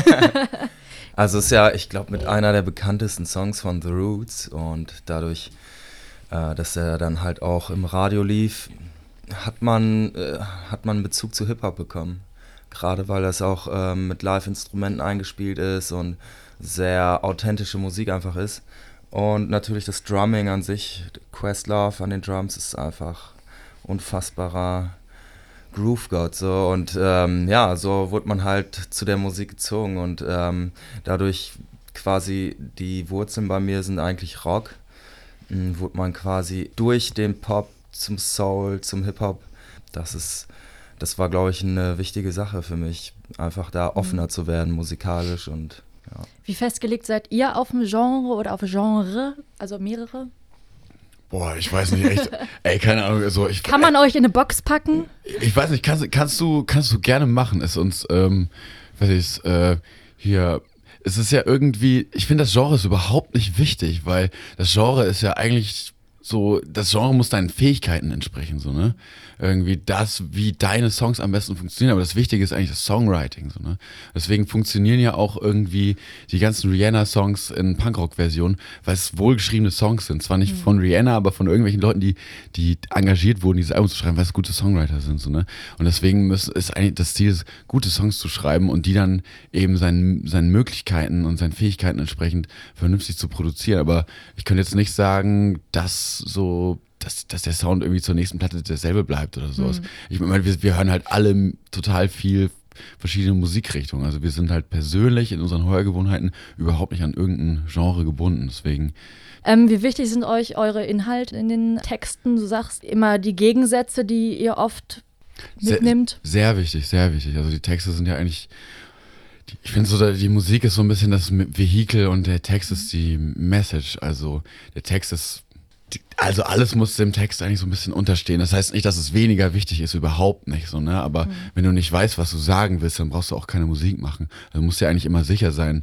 Also es ist ja, ich glaube, mit einer der bekanntesten Songs von The Roots und dadurch, äh, dass er dann halt auch im Radio lief, hat man, äh, hat man einen Bezug zu Hip-Hop bekommen. Gerade weil das auch äh, mit Live-Instrumenten eingespielt ist und sehr authentische Musik einfach ist. Und natürlich das Drumming an sich, Questlove an den Drums ist einfach unfassbarer Groove-God. So. Und ähm, ja, so wurde man halt zu der Musik gezogen und ähm, dadurch quasi die Wurzeln bei mir sind eigentlich Rock. Mhm, wurde man quasi durch den Pop zum Soul, zum Hip-Hop. Das ist, das war, glaube ich, eine wichtige Sache für mich, einfach da offener zu werden musikalisch und ja. Wie festgelegt seid ihr auf ein Genre oder auf Genre, also mehrere? Boah, ich weiß nicht, echt, ey, keine Ahnung. Also ich, Kann man ey, euch in eine Box packen? Ich weiß nicht, kannst, kannst, du, kannst du gerne machen. Ist uns, ähm, weiß ich, äh, hier, es ist ja irgendwie, ich finde, das Genre ist überhaupt nicht wichtig, weil das Genre ist ja eigentlich so, das Genre muss deinen Fähigkeiten entsprechen, so, ne? Irgendwie das, wie deine Songs am besten funktionieren, aber das Wichtige ist eigentlich das Songwriting, so, ne? Deswegen funktionieren ja auch irgendwie die ganzen Rihanna-Songs in Punkrock-Versionen, weil es wohlgeschriebene Songs sind. Zwar nicht mhm. von Rihanna, aber von irgendwelchen Leuten, die, die engagiert wurden, dieses Album zu schreiben, weil es gute Songwriter sind, so, ne? Und deswegen müssen, ist eigentlich das Ziel, gute Songs zu schreiben und die dann eben seinen, seinen Möglichkeiten und seinen Fähigkeiten entsprechend vernünftig zu produzieren. Aber ich könnte jetzt nicht sagen, dass so, dass, dass der Sound irgendwie zur nächsten Platte derselbe bleibt oder sowas. Mhm. Ich meine, wir, wir hören halt alle total viel verschiedene Musikrichtungen. Also wir sind halt persönlich in unseren Hörgewohnheiten überhaupt nicht an irgendein Genre gebunden. Deswegen. Ähm, wie wichtig sind euch eure Inhalte in den Texten? Du sagst immer die Gegensätze, die ihr oft mitnimmt. Sehr, sehr wichtig, sehr wichtig. Also die Texte sind ja eigentlich, die, ich finde so, die Musik ist so ein bisschen das Vehikel und der Text ist die Message. Also der Text ist Also alles muss dem Text eigentlich so ein bisschen unterstehen. Das heißt nicht, dass es weniger wichtig ist, überhaupt nicht so, ne? Aber mhm. wenn du nicht weißt, was du sagen willst, dann brauchst du auch keine Musik machen. Also musst du ja eigentlich immer sicher sein,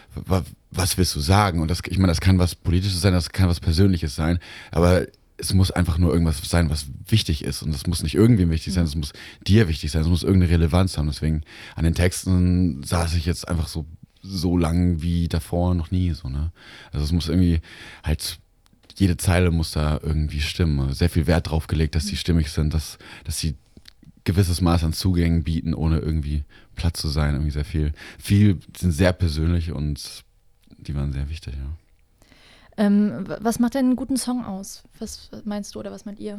was willst du sagen? Und das, ich meine, das kann was Politisches sein, das kann was Persönliches sein, aber es muss einfach nur irgendwas sein, was wichtig ist. Und das muss nicht irgendwem wichtig sein, es muss dir wichtig sein, es muss irgendeine Relevanz haben. Deswegen an den Texten saß ich jetzt einfach so, so lang wie davor noch nie, so, ne? Also es muss irgendwie halt, jede Zeile muss da irgendwie stimmen. Also sehr viel Wert drauf gelegt, dass die stimmig sind, dass, dass sie gewisses Maß an Zugängen bieten, ohne irgendwie platt zu sein. Irgendwie sehr viel. Viel sind sehr persönlich und die waren sehr wichtig, ja. Ähm, was macht denn einen guten Song aus? Was meinst du oder was meint ihr?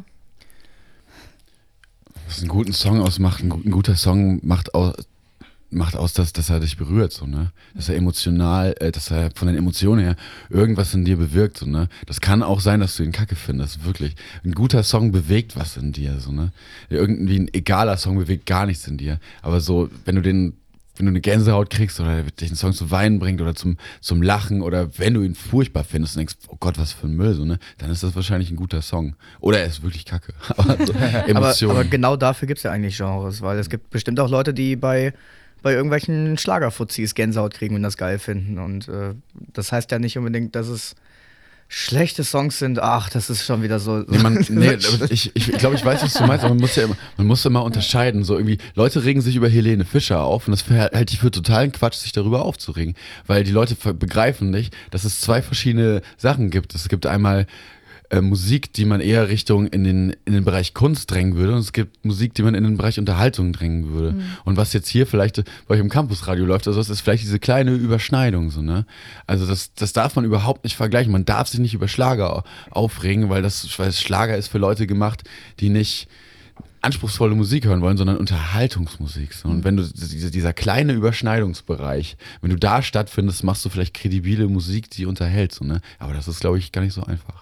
Was einen guten Song ausmacht, ein, ein guter Song macht aus, macht aus, dass, dass er dich berührt, so, ne? Dass er emotional, äh, dass er von den Emotionen her irgendwas in dir bewirkt, so, ne? Das kann auch sein, dass du ihn kacke findest, wirklich. Ein guter Song bewegt was in dir, so, ne? Irgendwie ein egaler Song bewegt gar nichts in dir. Aber so, wenn du den, wenn du eine Gänsehaut kriegst oder dich einen Song zu weinen bringt oder zum, zum Lachen oder wenn du ihn furchtbar findest und denkst, oh Gott, was für ein Müll, so, ne? Dann ist das wahrscheinlich ein guter Song. Oder er ist wirklich kacke. Aber, so, Emotionen. aber, aber genau dafür gibt es ja eigentlich Genres, weil es gibt bestimmt auch Leute, die bei bei irgendwelchen Schlagerfuzis Gänsehaut kriegen und das geil finden. Und äh, das heißt ja nicht unbedingt, dass es schlechte Songs sind. Ach, das ist schon wieder so. Nee, man, nee ich, ich glaube, ich weiß, was du meinst, aber man muss ja immer, man muss immer unterscheiden. So irgendwie, Leute regen sich über Helene Fischer auf und das halte ich für totalen Quatsch, sich darüber aufzuregen. Weil die Leute begreifen nicht, dass es zwei verschiedene Sachen gibt. Es gibt einmal Äh, Musik, die man eher Richtung in den, in den Bereich Kunst drängen würde und es gibt Musik, die man in den Bereich Unterhaltung drängen würde. Mhm. Und was jetzt hier vielleicht bei euch im Campusradio läuft, also das ist vielleicht diese kleine Überschneidung, so, ne? Also das, das darf man überhaupt nicht vergleichen. Man darf sich nicht über Schlager aufregen, weil das, weil das Schlager ist für Leute gemacht, die nicht anspruchsvolle Musik hören wollen, sondern Unterhaltungsmusik. So. Und wenn du dieser, dieser kleine Überschneidungsbereich, wenn du da stattfindest, machst du vielleicht kredibile Musik, die unterhält, so, ne? Aber das ist, glaube ich, gar nicht so einfach.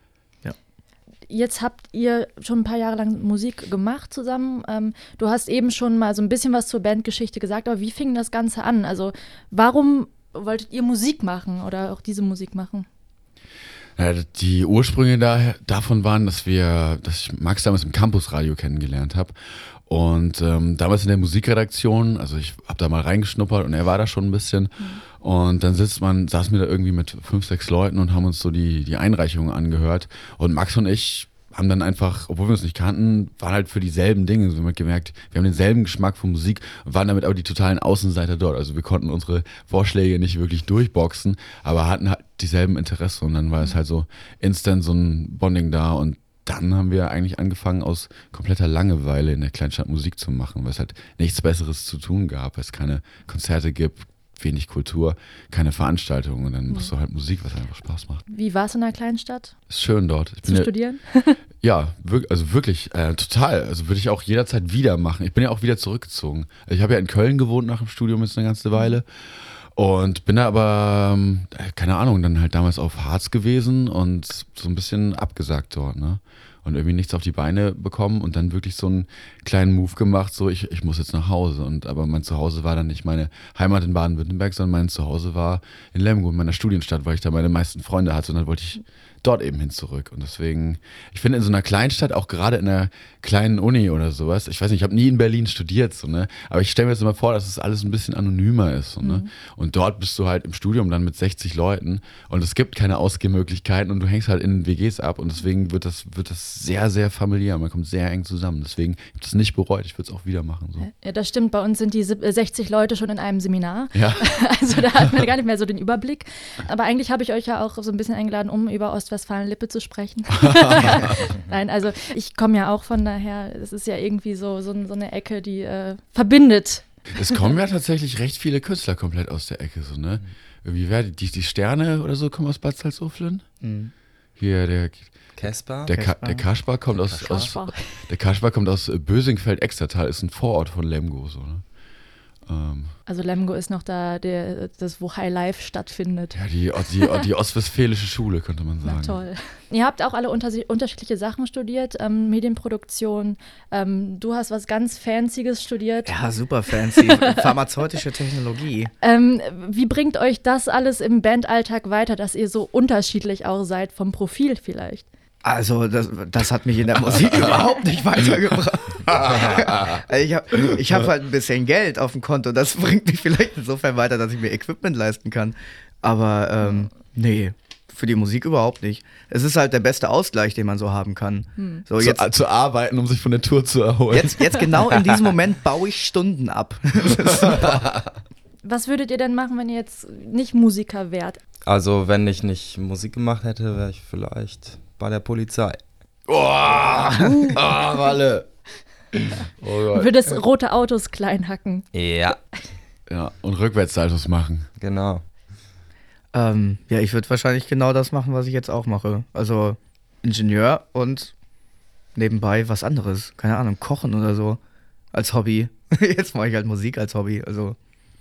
Jetzt habt ihr schon ein paar Jahre lang Musik gemacht zusammen. Ähm, du hast eben schon mal so ein bisschen was zur Bandgeschichte gesagt, aber wie fing das Ganze an? Also warum wolltet ihr Musik machen oder auch diese Musik machen? Ja, die Ursprünge da, davon waren, dass wir, dass ich Max damals im Campusradio kennengelernt habe. Und ähm, damals in der Musikredaktion, also ich habe da mal reingeschnuppert und er war da schon ein bisschen. Mhm. Und dann sitzt man, saßen wir da irgendwie mit fünf, sechs Leuten und haben uns so die, die Einreichungen angehört. Und Max und ich haben dann einfach, obwohl wir uns nicht kannten, waren halt für dieselben Dinge. So, wir haben gemerkt, wir haben denselben Geschmack von Musik und waren damit aber die totalen Außenseiter dort. Also wir konnten unsere Vorschläge nicht wirklich durchboxen, aber hatten halt dieselben Interessen und dann war es halt so instant so ein Bonding da und dann haben wir eigentlich angefangen, aus kompletter Langeweile in der Kleinstadt Musik zu machen, weil es halt nichts Besseres zu tun gab, weil es keine Konzerte gibt, wenig Kultur, keine Veranstaltungen und dann Mhm. machst du halt Musik, was einfach Spaß macht. Wie war es in einer kleinen Stadt Ist schön dort. Ich bin zu ja, studieren? ja, wirk- also wirklich, äh, total. Also würde ich auch jederzeit wieder machen. Ich bin ja auch wieder zurückgezogen. Ich habe ja in Köln gewohnt nach dem Studium jetzt eine ganze Weile und bin da aber, ähm, keine Ahnung, dann halt damals auf Harz gewesen und so ein bisschen abgesagt dort, ne? Und irgendwie nichts auf die Beine bekommen und dann wirklich so einen kleinen Move gemacht, so ich, ich muss jetzt nach Hause. Und aber mein Zuhause war dann nicht meine Heimat in Baden-Württemberg, sondern mein Zuhause war in Lemgo, in meiner Studienstadt, weil ich da meine meisten Freunde hatte und dann wollte ich dort eben hin zurück. Und deswegen, ich finde in so einer Kleinstadt, auch gerade in einer kleinen Uni oder sowas, ich weiß nicht, ich habe nie in Berlin studiert, so, ne? Aber ich stelle mir jetzt immer vor, dass es alles ein bisschen anonymer ist. So, ne? Mhm. Und dort bist du halt im Studium dann mit sechzig Leuten und es gibt keine Ausgehmöglichkeiten und du hängst halt in W Gs ab und deswegen wird das, wird das sehr, sehr familiär. Man kommt sehr eng zusammen. Deswegen, ich habe das nicht bereut, ich würde es auch wieder machen. So. Ja, das stimmt. Bei uns sind die sieb- äh, sechzig Leute schon in einem Seminar. Ja. Also da hat man gar nicht mehr so den Überblick. Aber eigentlich habe ich euch ja auch so ein bisschen eingeladen, um über Ostwestfalen-Lippe zu sprechen. Nein, also ich komme ja auch von daher, es ist ja irgendwie so, so, so eine Ecke, die äh, verbindet. Es kommen ja tatsächlich recht viele Künstler komplett aus der Ecke. So, ne? Wie wäre die, die Sterne oder so kommen aus Bad Salzuflen? Mhm. Hier, der Casper? Der, Ka der Kaspar kommt aus, aus Kaspar. der Kaspar kommt aus Bösingfeld-Extertal, ist ein Vorort von Lemgo. So, ne? ähm, Also Lemgo ist noch da, der, das, wo High Life stattfindet. ja, die, die, die ostwestfälische Schule, könnte man sagen. Na toll. Ihr habt auch alle unter unterschiedliche Sachen studiert, ähm, Medienproduktion. Ähm, du hast was ganz Fancyes studiert. Ja, super fancy. Pharmazeutische Technologie. Ähm, wie bringt euch das alles im Bandalltag weiter, dass ihr so unterschiedlich auch seid vom Profil vielleicht? Also, das, das hat mich in der Musik überhaupt nicht weitergebracht. Also ich habe ich hab halt ein bisschen Geld auf dem Konto. Das bringt mich vielleicht insofern weiter, dass ich mir Equipment leisten kann. Aber ähm, nee, für die Musik überhaupt nicht. Es ist halt der beste Ausgleich, den man so haben kann. Hm. So, Zu, jetzt, zu arbeiten, um sich von der Tour zu erholen. jetzt, jetzt genau in diesem Moment baue ich Stunden ab. Das ist super. Was würdet ihr denn machen, wenn ihr jetzt nicht Musiker wärt? Also, wenn ich nicht Musik gemacht hätte, wäre ich vielleicht bei der Polizei. Oh, oh, Walle. Oh Gott. Würdest rote Autos klein hacken? Ja, Ja, und Rückwärtssaltos machen. genau. ähm, ja, ich würde wahrscheinlich genau das machen, was ich jetzt auch mache. Also Ingenieur und nebenbei was anderes. Keine Ahnung, kochen oder so. Als Hobby. Jetzt mache ich halt Musik als Hobby. Also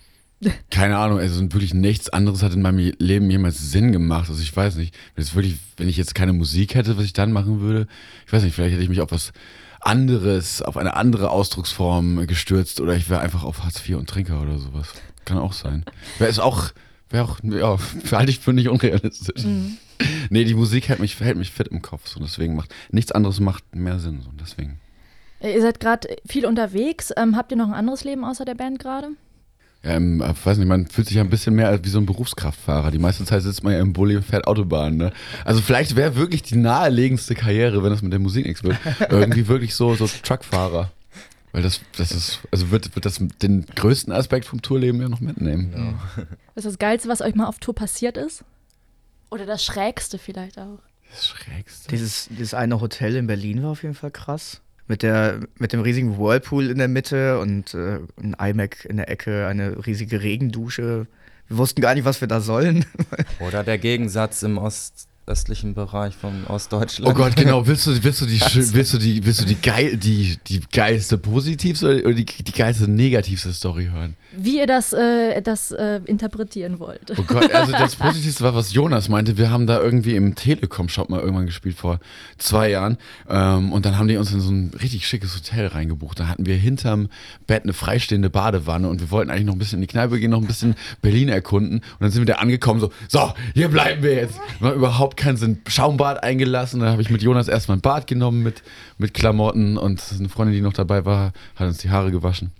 Keine Ahnung, also wirklich nichts anderes hat in meinem Leben jemals Sinn gemacht. Also ich weiß nicht, wenn, es wirklich, wenn ich jetzt keine Musik hätte, was ich dann machen würde, ich weiß nicht, vielleicht hätte ich mich auf was anderes, auf eine andere Ausdrucksform gestürzt oder ich wäre einfach auf Hartz vier und Trinker oder sowas. Kann auch sein. Wäre es auch, wäre auch, ja, halte ich für nicht unrealistisch. Mhm. Nee, die Musik hält mich, hält mich fit im Kopf, so deswegen macht, nichts anderes macht mehr Sinn, so deswegen. Ihr seid gerade viel unterwegs. Ähm, habt ihr noch ein anderes Leben außer der Band gerade? Ja, ähm, ich weiß nicht, man fühlt sich ja ein bisschen mehr wie so ein Berufskraftfahrer. Die meiste Zeit sitzt man ja im Bulli und fährt Autobahn, ne? Also vielleicht wäre wirklich die nahelegendste Karriere, wenn das mit der Musik nichts wird, irgendwie wirklich so, so Truckfahrer. Weil das, das ist, also wird, wird das den größten Aspekt vom Tourleben ja noch mitnehmen. Ja. Was ist das Geilste, was euch mal auf Tour passiert ist? Oder das Schrägste vielleicht auch? Das Schrägste. dieses, dieses eine Hotel in Berlin war auf jeden Fall krass. Mit, der, mit dem riesigen Whirlpool in der Mitte und äh, ein iMac in der Ecke, eine riesige Regendusche. Wir wussten gar nicht, was wir da sollen. Oder der Gegensatz im ostöstlichen Bereich von Ostdeutschland. Oh Gott, genau. Willst du, willst du die, willst du die, willst du die geil, die, die geilste positivste oder die, die geilste negativste Story hören? Wie ihr das, äh, das äh, interpretieren wollt. Oh Gott, also das Positivste war, was Jonas meinte. Wir haben da irgendwie im Telekom-Shop mal irgendwann gespielt vor zwei Jahren. Ähm, und dann haben die uns in so ein richtig schickes Hotel reingebucht. Da hatten wir hinterm Bett eine freistehende Badewanne und wir wollten eigentlich noch ein bisschen in die Kneipe gehen, noch ein bisschen Berlin erkunden. Und dann sind wir da angekommen, so, so, hier bleiben wir jetzt. War überhaupt keinen Sinn. Schaumbad eingelassen. Dann habe ich mit Jonas erstmal ein Bad genommen mit, mit Klamotten und eine Freundin, die noch dabei war, hat uns die Haare gewaschen.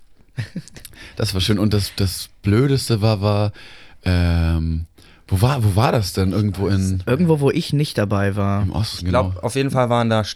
Das war schön. Und das, das Blödeste war, war, ähm, wo war, wo war das denn? Irgendwo in Irgendwo, wo ich nicht dabei war. im Osten, Ich glaube, genau. auf jeden Fall waren da Stepp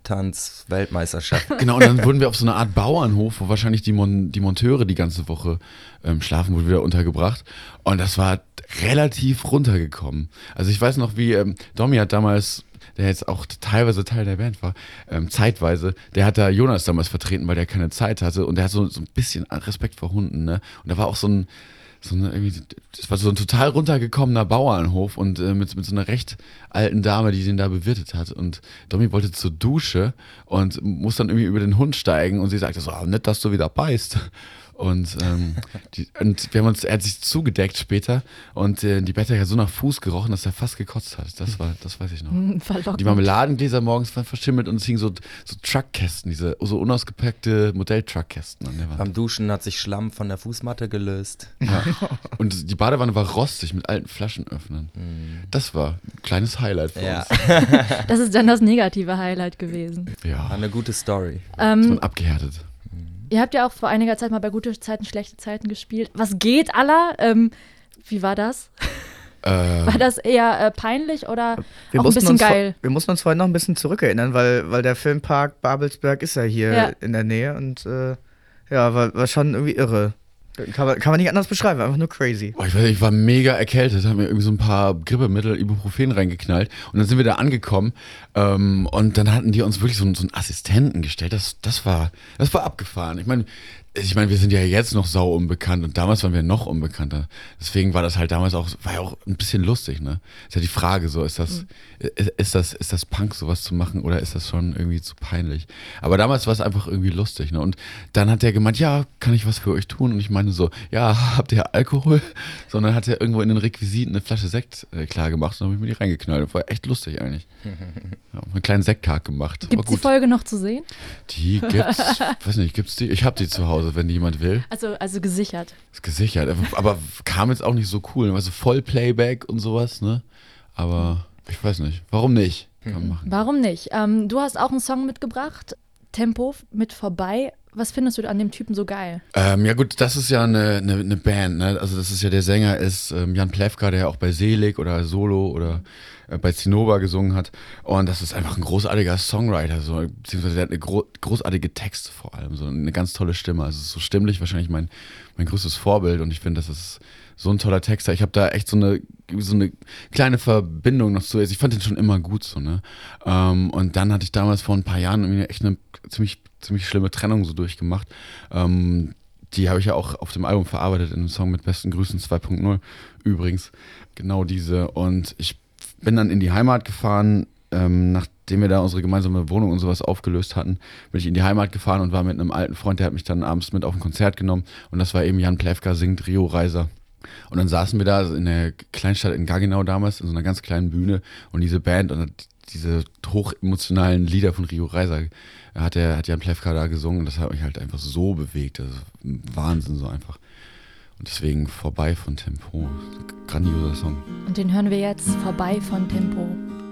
Bauchtanz-Weltmeisterschaft. Genau, und dann wurden wir auf so eine Art Bauernhof, wo wahrscheinlich die, Mon- die Monteure die ganze Woche ähm, schlafen, wurden wieder untergebracht. Und das war relativ runtergekommen. Also ich weiß noch, wie ähm, Domi hat damals, der jetzt auch teilweise Teil der Band war, ähm, zeitweise, der hat da Jonas damals vertreten, weil der keine Zeit hatte. Und der hat so, so ein bisschen Respekt vor Hunden, ne? Und da war auch so ein So eine, irgendwie, das war so ein total runtergekommener Bauernhof und äh, mit, mit so einer recht alten Dame, die den da bewirtet hat. Und Domi wollte zur Dusche und muss dann irgendwie über den Hund steigen und sie sagte so, oh, nett, dass du wieder beißt. Und, ähm, die, und wir haben uns, er hat sich zugedeckt später und äh, die Bettdecke hat so nach Fuß gerochen, dass er fast gekotzt hat. Das war, das weiß ich noch. Verlockend. Die Marmeladengläser morgens waren verschimmelt und es hingen so, so Truckkästen, diese so unausgepackte Modell-Truckkästen an der Wand. Beim Duschen hat sich Schlamm von der Fußmatte gelöst. Ja. Und die Badewanne war rostig mit alten Flaschenöffnern. Mhm. Das war ein kleines Highlight für ja. uns. Das ist dann das negative Highlight gewesen. Ja. War eine gute Story. Ähm, ist man abgehärtet. Ihr habt ja auch vor einiger Zeit mal bei Gute Zeiten, Schlechte Zeiten gespielt. Was geht, Allah? Ähm, wie war das? Äh, War das eher äh, peinlich oder wir auch ein bisschen uns geil? Vor, wir mussten uns vorhin noch ein bisschen zurückerinnern, weil, weil der Filmpark Babelsberg ist ja hier Ja. in der Nähe und äh, ja, war, war schon irgendwie irre. Kann man, kann man nicht anders beschreiben, einfach nur crazy. Boah, ich weiß nicht, ich war mega erkältet, haben mir irgendwie so ein paar Grippemittel, Ibuprofen reingeknallt und dann sind wir da angekommen ähm, und dann hatten die uns wirklich so, einen- so einen Assistenten gestellt. Das, das war, das war abgefahren. Ich meine, ich meine, wir sind ja jetzt noch sau unbekannt und damals waren wir noch unbekannter. Deswegen war das halt damals auch, war ja auch ein bisschen lustig, ne? Ist ja die Frage so, ist das, ist, ist das, ist das Punk, sowas zu machen oder ist das schon irgendwie zu peinlich? Aber damals war es einfach irgendwie lustig, ne? Und dann hat der gemeint, ja, kann ich was für euch tun? Und ich meine so, ja, habt ihr Alkohol? Sondern hat er irgendwo in den Requisiten eine Flasche Sekt äh, klar gemacht und dann habe ich mir die reingeknallt. Das war echt lustig eigentlich. Ja, einen kleinen Sekttag gemacht. Gibt es die Folge noch zu sehen? Die gibt's, weiß nicht, gibt's die? Ich habe die zu Hause, wenn die jemand will. Also, also gesichert. Ist gesichert. Aber kam jetzt auch nicht so cool. Also voll Playback und sowas, ne? Aber ich weiß nicht. Warum nicht? Kann man machen. Warum nicht? Ähm, du hast auch einen Song mitgebracht, Tempo mit Vorbei. Was findest du an dem Typen so geil? Ähm, ja gut, das ist ja eine, eine, eine Band, ne? Also das ist ja, der Sänger ist ähm, Jan Plewka, der ja auch bei Selig oder Solo oder äh, bei Zinnober gesungen hat. Und das ist einfach ein großartiger Songwriter, so, beziehungsweise der hat eine gro- großartige Texte vor allem, so eine ganz tolle Stimme. Also es ist so stimmlich wahrscheinlich mein, mein größtes Vorbild und ich finde, das ist so ein toller Texter. Ich habe da echt so eine, so eine kleine Verbindung noch zu. Also ich fand den schon immer gut so, ne? Ähm, und dann hatte ich damals vor ein paar Jahren irgendwie echt eine ziemlich ziemlich schlimme Trennung so durchgemacht. Ähm, die habe ich ja auch auf dem Album verarbeitet in einem Song mit besten Grüßen zwei Punkt null übrigens. Genau diese. Und ich bin dann in die Heimat gefahren, ähm, nachdem wir da unsere gemeinsame Wohnung und sowas aufgelöst hatten, bin ich in die Heimat gefahren und war mit einem alten Freund, der hat mich dann abends mit auf ein Konzert genommen und das war eben Jan Plewka singt Rio Reiser. Und dann saßen wir da in der Kleinstadt in Gaggenau damals, in so einer ganz kleinen Bühne und diese Band und diese hochemotionalen Lieder von Rio Reiser hat, der, hat Jan Plewka da gesungen und das hat mich halt einfach so bewegt. Das ist Wahnsinn so einfach. Und deswegen Vorbei von Tempo. Grandioser Song. Und den hören wir jetzt, Vorbei von Tempo.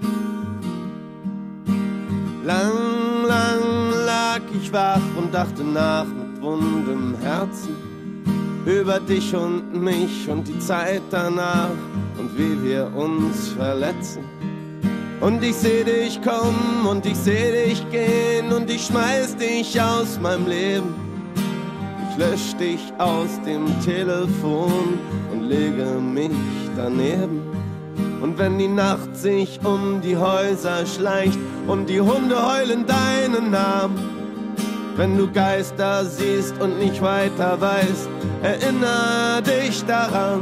Lang, lang lag ich wach und dachte nach mit wundem Herzen über dich und mich und die Zeit danach und wie wir uns verletzen. Und ich seh dich kommen und ich seh dich gehen und ich schmeiß dich aus meinem Leben. Ich lösch dich aus dem Telefon und lege mich daneben. Und wenn die Nacht sich um die Häuser schleicht und die Hunde heulen deinen Namen, wenn du Geister siehst und nicht weiter weißt, erinner dich daran.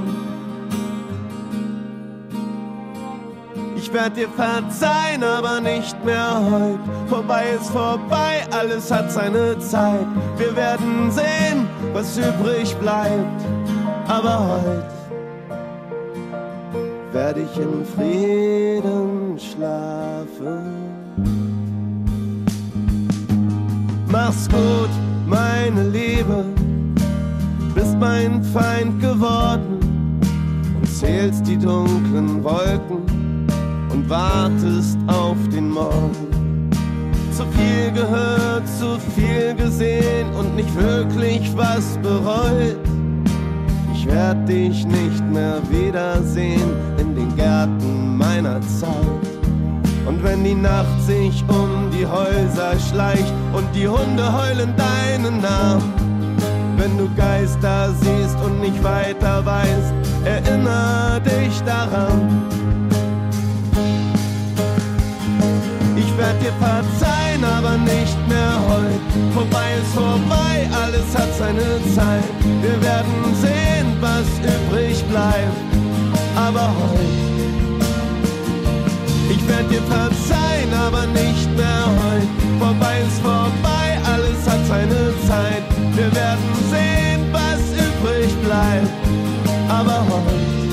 Ich werd dir verzeihen, aber nicht mehr heut. Vorbei ist vorbei, alles hat seine Zeit. Wir werden sehen, was übrig bleibt. Aber heut werd ich in Frieden schlafen. Mach's gut, meine Liebe, bist mein Feind geworden und zählst die dunklen Wolken und wartest auf den Morgen. Zu viel gehört, zu viel gesehen und nicht wirklich was bereut. Ich werd dich nicht mehr wiedersehen in den Gärten meiner Zeit. Und wenn die Nacht sich um die Häuser schleicht und die Hunde heulen deinen Namen, wenn du Geister siehst und nicht weiter weißt, erinnere dich daran. Ich werd dir verzeihen, aber nicht mehr heut. Vorbei ist vorbei, alles hat seine Zeit. Wir werden sehen, was übrig bleibt, aber heut. Ich werd dir verzeihen, aber nicht mehr heut. Vorbei ist vorbei, alles hat seine Zeit. Wir werden sehen, was übrig bleibt, aber heut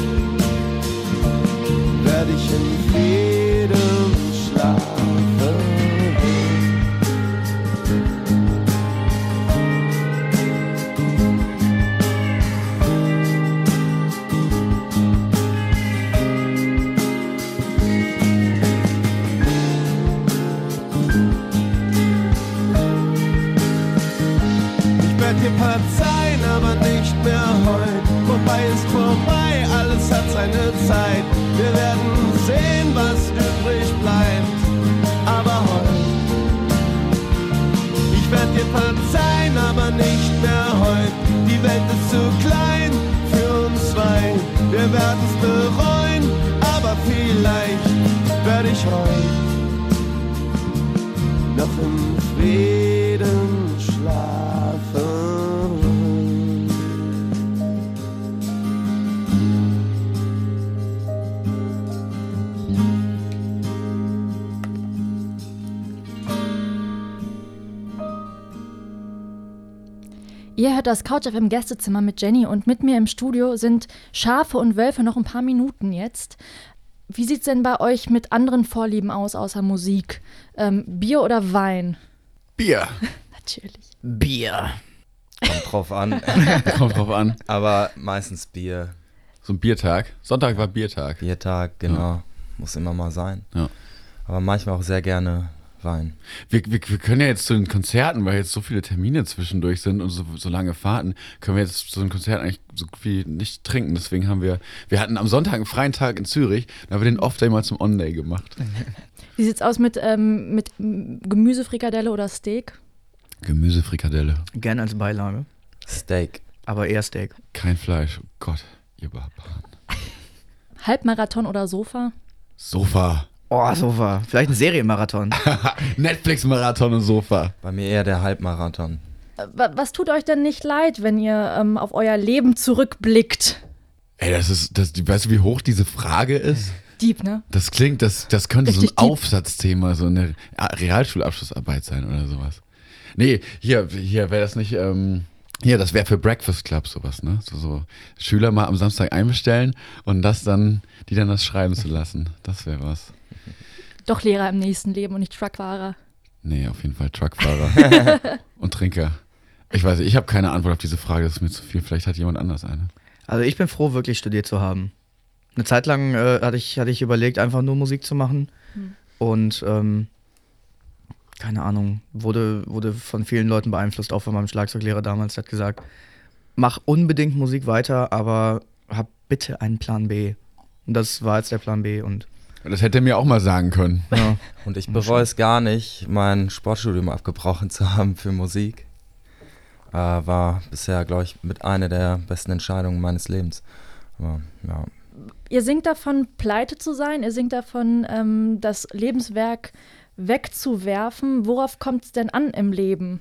werd ich in Frieden schlafen. Dir verzeihen, aber nicht mehr heut. Vorbei ist vorbei, alles hat seine Zeit. Wir werden sehen, was übrig bleibt, aber heut. Ich werd dir verzeihen, aber nicht mehr heut. Die Welt ist zu klein für uns zwei. Wir werden's bereuen, aber vielleicht werd ich heut noch im Frieden schlafen. Ihr hört das Couch F M Gästezimmer mit Jenny und mit mir im Studio sind Schafe und Wölfe noch ein paar Minuten jetzt. Wie sieht's denn bei euch mit anderen Vorlieben aus, außer Musik? Ähm, Bier oder Wein? Bier. Natürlich. Bier. Kommt drauf an. Kommt drauf an. Aber meistens Bier. So ein Biertag. Sonntag war Biertag. Biertag, genau. Ja. Muss immer mal sein. Ja. Aber manchmal auch sehr gerne Wein. Wir, wir, wir können ja jetzt zu den Konzerten, weil jetzt so viele Termine zwischendurch sind und so, so lange Fahrten, können wir jetzt zu den Konzerten eigentlich so gut wie nicht trinken. Deswegen haben wir, wir hatten am Sonntag einen freien Tag in Zürich, da haben wir den Off-Day mal zum On-Day gemacht. Wie sieht's aus mit, ähm, mit Gemüsefrikadelle oder Steak? Gemüsefrikadelle. Gern als Beilage. Steak. Aber eher Steak. Kein Fleisch. Oh Gott, ihr Barbaren. Halbmarathon oder Sofa? Sofa. Oh, Sofa. Vielleicht ein Serienmarathon. Netflix-Marathon und Sofa. Bei mir eher der Halbmarathon. Was tut euch denn nicht leid, wenn ihr ähm, auf euer Leben zurückblickt? Ey, das ist, das, weißt du, wie hoch diese Frage ist? Deep, ne? Das klingt, das, das könnte Richtig so ein deep. Aufsatzthema, so eine Realschulabschlussarbeit sein oder sowas. Nee, hier, hier wäre das nicht, ähm, hier, das wäre für Breakfast Club sowas, ne? So, so Schüler mal am Samstag einbestellen und das dann, die dann das schreiben zu lassen. Das wäre was. Doch Lehrer im nächsten Leben und nicht Truckfahrer. Nee, auf jeden Fall Truckfahrer und Trinker. Ich weiß nicht, ich habe keine Antwort auf diese Frage, das ist mir zu viel. Vielleicht hat jemand anders eine. Also ich bin froh, wirklich studiert zu haben. Eine Zeit lang äh, hatte, ich, hatte ich überlegt, einfach nur Musik zu machen. Hm. Und ähm, keine Ahnung, wurde, wurde von vielen Leuten beeinflusst, auch von meinem Schlagzeuglehrer damals, der hat gesagt, mach unbedingt Musik weiter, aber hab bitte einen Plan B. Und das war jetzt der Plan B und Das hätte er mir auch mal sagen können. ja. Und ich bereue es gar nicht, mein Sportstudium abgebrochen zu haben für Musik. Äh, war bisher, glaube ich, mit einer der besten Entscheidungen meines Lebens. Aber, ja. Ihr singt davon, pleite zu sein, ihr singt davon, ähm, das Lebenswerk wegzuwerfen. Worauf kommt es denn an im Leben?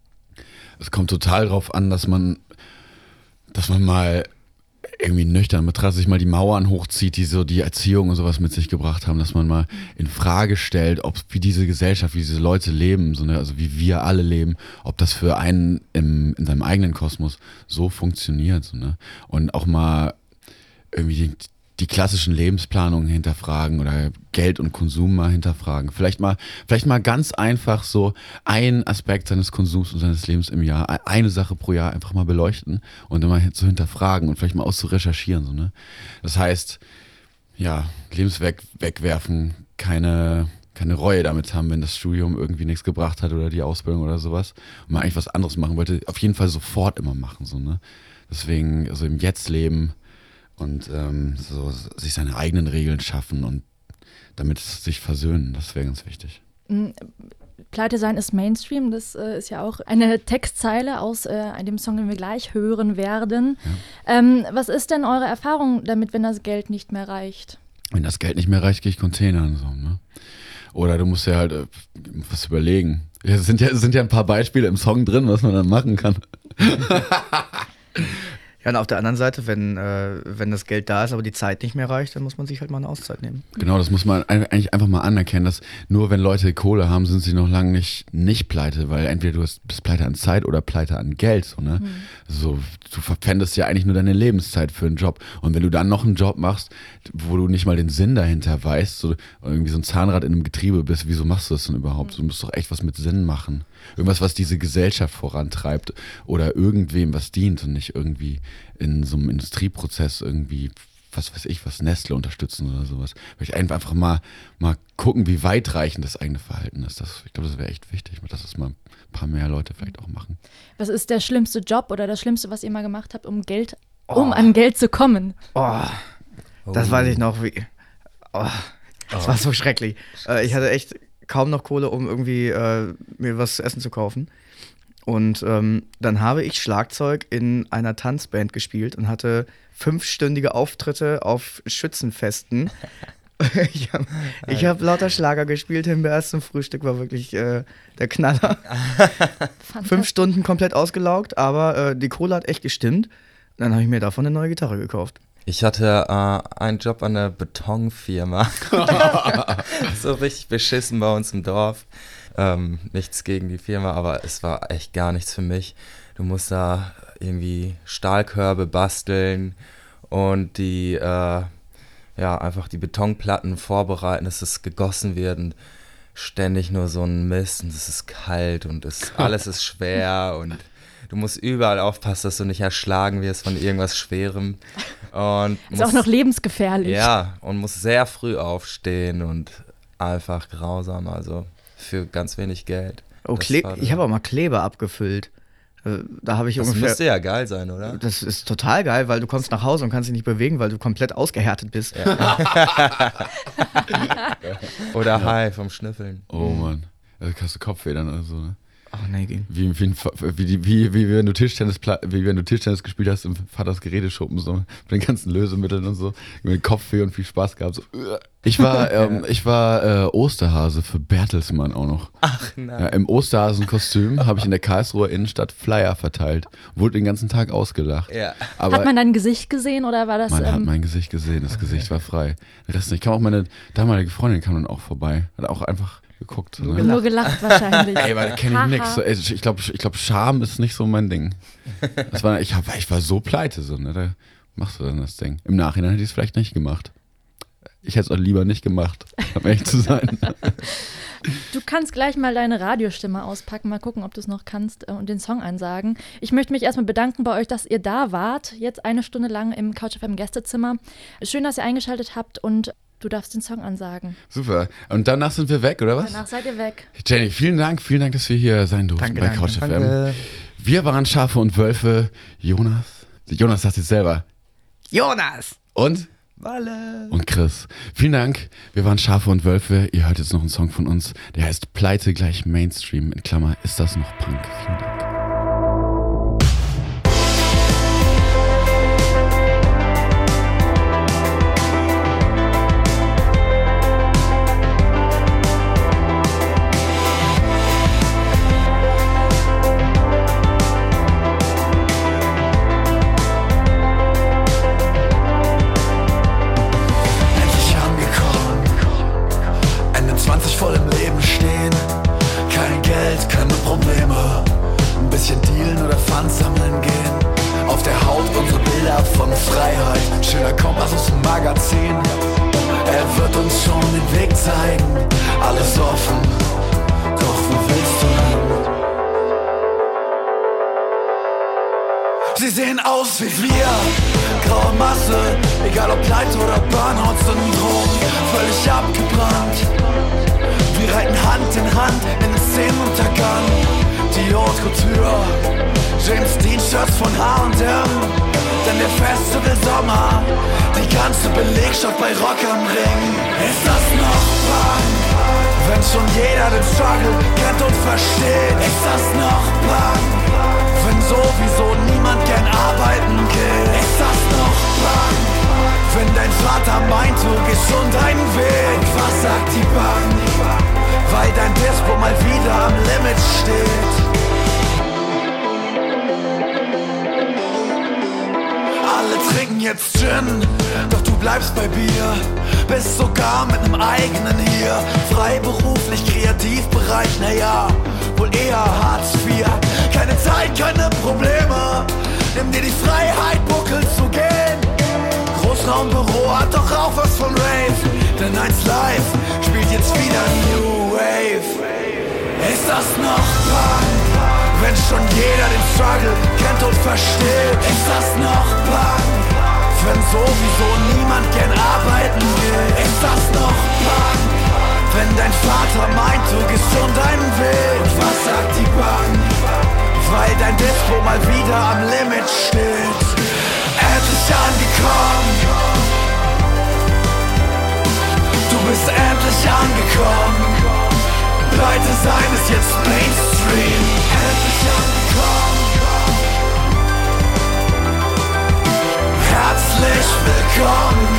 Es kommt total drauf an, dass man, dass man mal irgendwie nüchtern betrachtet, sich mal die Mauern hochzieht, die so die Erziehung und sowas mit sich gebracht haben, dass man mal in Frage stellt, ob wie diese Gesellschaft, wie diese Leute leben, so, ne, also wie wir alle leben, ob das für einen im, in seinem eigenen Kosmos so funktioniert. So, ne? Und auch mal irgendwie die, die klassischen Lebensplanungen hinterfragen oder Geld und Konsum mal hinterfragen. Vielleicht mal, vielleicht mal ganz einfach so einen Aspekt seines Konsums und seines Lebens im Jahr, eine Sache pro Jahr einfach mal beleuchten und dann mal zu hinterfragen und vielleicht mal auszurecherchieren. So, ne? Das heißt, ja, Lebenswerk wegwerfen, keine, keine Reue damit haben, wenn das Studium irgendwie nichts gebracht hat oder die Ausbildung oder sowas und man eigentlich was anderes machen wollte, auf jeden Fall sofort immer machen. So, ne? Deswegen, also im Jetzt leben und ähm, so sich seine eigenen Regeln schaffen und damit es sich versöhnen. Das wäre ganz wichtig. Pleite sein ist Mainstream, das äh, ist ja auch eine Textzeile aus äh, einem Song, den wir gleich hören werden. Ja. Ähm, was ist denn eure Erfahrung damit, wenn das Geld nicht mehr reicht? Wenn das Geld nicht mehr reicht, gehe ich Containern. So, ne? Oder du musst ja halt äh, was überlegen. Es sind ja, es sind ja ein paar Beispiele im Song drin, was man dann machen kann. Ja, und auf der anderen Seite, wenn, äh, wenn das Geld da ist, aber die Zeit nicht mehr reicht, dann muss man sich halt mal eine Auszeit nehmen. Genau, das muss man eigentlich einfach mal anerkennen, dass nur wenn Leute Kohle haben, sind sie noch lange nicht, nicht pleite, weil entweder du hast, bist pleite an Zeit oder pleite an Geld. So, ne? Mhm. So, du verpfändest ja eigentlich nur deine Lebenszeit für einen Job. Und wenn du dann noch einen Job machst, wo du nicht mal den Sinn dahinter weißt, so irgendwie so ein Zahnrad in einem Getriebe bist, wieso machst du das denn überhaupt? Mhm. Du musst doch echt was mit Sinn machen. Irgendwas, was diese Gesellschaft vorantreibt oder irgendwem was dient und nicht irgendwie in so einem Industrieprozess irgendwie, was weiß ich, was Nestle unterstützen oder sowas. Weil ich einfach mal, mal gucken, wie weitreichend das eigene Verhalten ist. Das, ich glaube, das wäre echt wichtig, dass das mal ein paar mehr Leute vielleicht auch machen. Was ist der schlimmste Job oder das Schlimmste, was ihr mal gemacht habt, um Geld, oh. um an Geld zu kommen? Oh, das oh. weiß ich noch. Wie, oh, das oh. war so schrecklich. Äh, ich hatte echt kaum noch Kohle, um irgendwie äh, mir was zu essen zu kaufen. Und ähm, dann habe ich Schlagzeug in einer Tanzband gespielt und hatte fünfstündige Auftritte auf Schützenfesten. ich habe hab lauter Schlager gespielt, Himbeerst zum Frühstück war wirklich äh, der Knaller. Fünf Stunden komplett ausgelaugt, aber äh, die Kohle hat echt gestimmt. Dann habe ich mir davon eine neue Gitarre gekauft. Ich hatte äh, einen Job an der Betonfirma. So richtig beschissen bei uns im Dorf. Ähm, nichts gegen die Firma, aber es war echt gar nichts für mich. Du musst da irgendwie Stahlkörbe basteln und die, äh, ja, einfach die Betonplatten vorbereiten, dass es gegossen wird und ständig nur so ein Mist und es ist kalt und es, alles ist schwer und du musst überall aufpassen, dass du nicht erschlagen wirst von irgendwas Schwerem. Und ist musst, auch noch lebensgefährlich. Ja, und musst sehr früh aufstehen und einfach grausam, also für ganz wenig Geld. Oh, Kle- ich habe auch mal Kleber abgefüllt. Da habe ich das ungefähr. müsste ja geil sein, oder? Das ist total geil, weil du kommst nach Hause und kannst dich nicht bewegen, weil du komplett ausgehärtet bist. Ja. Oder ja. High vom Schnüffeln. Oh Mann, da hast du Kopfwedern oder so, ne? Ach nee, ging. Wie, wie, wie, wie, wie, wenn du Tischtennis, wie wenn du Tischtennis gespielt hast im Vaters Geräteschuppen, so mit den ganzen Lösemitteln und so, mit Kopfweh und viel Spaß gehabt. So. Ich war, ähm, ich war äh, Osterhase für Bertelsmann auch noch. Ach nein. Ja, im Osterhasenkostüm habe ich in der Karlsruher Innenstadt Flyer verteilt. Wurde den ganzen Tag ausgelacht. Ja. Aber hat man dein Gesicht gesehen oder war das? Man ähm, hat mein Gesicht gesehen, das okay. Gesicht war frei. Der Rest nicht. Kam auch meine damalige Freundin kam dann auch vorbei. Hat auch einfach geguckt. Nur, ne? Nur gelacht wahrscheinlich. Ey, weil da kenne ich nix. So, ey, ich glaube, ich glaub, Scham ist nicht so mein Ding. Das war, ich, hab, ich war so pleite, so, ne? Da machst du dann das Ding. Im Nachhinein hätte ich es vielleicht nicht gemacht. Ich hätte es auch lieber nicht gemacht, um ehrlich zu sein. Du kannst gleich mal deine Radiostimme auspacken, mal gucken, ob du es noch kannst äh, und den Song einsagen. Ich möchte mich erstmal bedanken bei euch, dass ihr da wart, jetzt eine Stunde lang im Couch F M Gästezimmer. Schön, dass ihr eingeschaltet habt und du darfst den Song ansagen. Super. Und danach sind wir weg, oder was? Danach seid ihr weg. Jenny, vielen Dank, vielen Dank, dass wir hier sein durften danke, bei danke, Couch danke. F M. Wir waren Schafe und Wölfe. Jonas. Jonas sagt jetzt selber. Jonas! Und? Walle. Und Chris. Vielen Dank. Wir waren Schafe und Wölfe. Ihr hört jetzt noch einen Song von uns. Der heißt Pleite gleich Mainstream. In Klammer, ist das noch Punk? Vielen Dank. Voll im Leben stehen, kein Geld, keine Probleme, ein bisschen dealen oder Pfand sammeln gehen, auf der Haut unsere Bilder von Freiheit, schöner Kompass aus dem Magazin, er wird uns schon den Weg zeigen, alles offen, doch wo willst du hin? Sie sehen aus wie wir, graue Masse, egal ob Pleite oder Burnout-Syndrom, völlig abgebrannt. Wir reiten Hand in Hand in den Szenenuntergang. Die Haute Couture, James Dean Shirts von H und M. denn der Festival Sommer, die ganze Belegschaft bei Rock am Ring. Ist das noch Punk? Wenn schon jeder den Struggle kennt und versteht, ist das noch Punk? Wenn sowieso niemand gern arbeiten geht, ist das noch Punk? Wenn dein Vater meint, du gehst schon deinen Weg, was sagt die Bank? Weil dein Dispo mal wieder am Limit steht. Alle trinken jetzt Gin, doch du bleibst bei Bier. Bist sogar mit nem eigenen hier. Freiberuflich, Kreativbereich, naja, wohl eher Hartz vier. Keine Zeit, keine Probleme, nimm dir die Freiheit, buckel zu gehen. Großraumbüro hat doch auch was von Rave, denn eins live spielt jetzt wieder New Wave. Ist das noch Punk? Wenn schon jeder den Struggle kennt und versteht, ist das noch Punk? Wenn sowieso niemand gern arbeiten will, ist das noch Punk? Wenn dein Vater meint, du gehst schon deinen Weg, was sagt die Bank? Weil dein Dispo mal wieder am Limit steht. Endlich angekommen, du bist endlich angekommen. Pleite sein ist jetzt Mainstream. Endlich angekommen, herzlich willkommen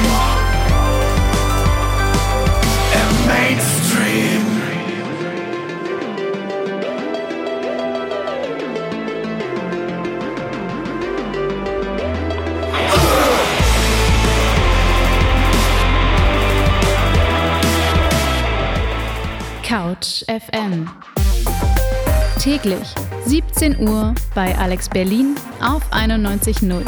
im Mainstream. Couch F M. Täglich siebzehn Uhr bei Alex Berlin auf einundneunzig Komma null.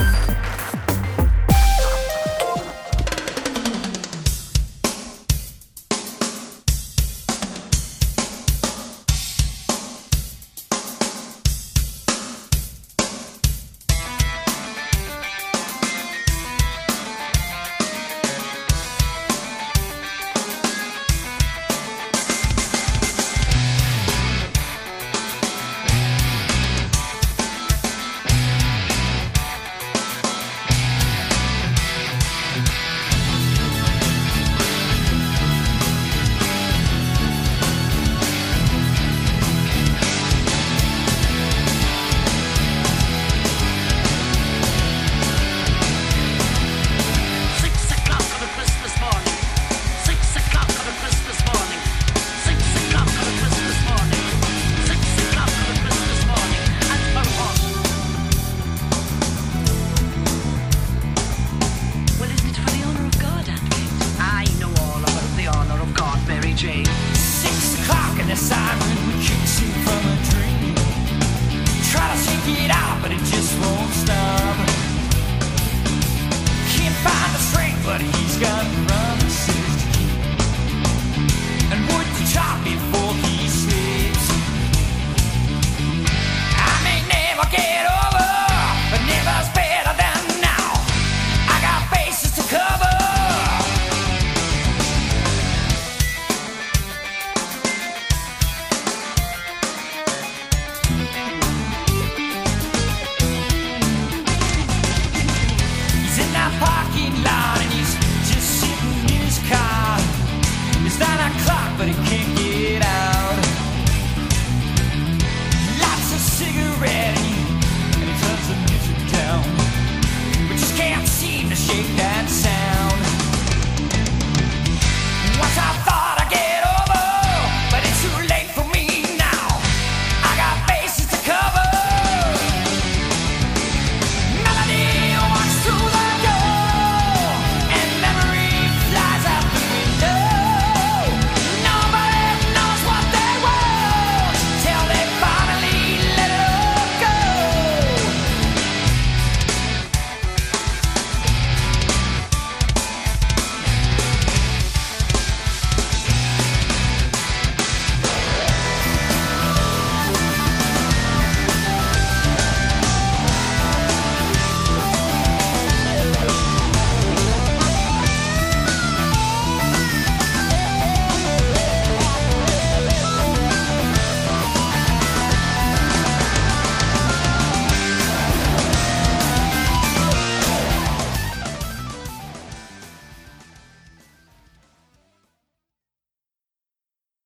Six o'clock and the sun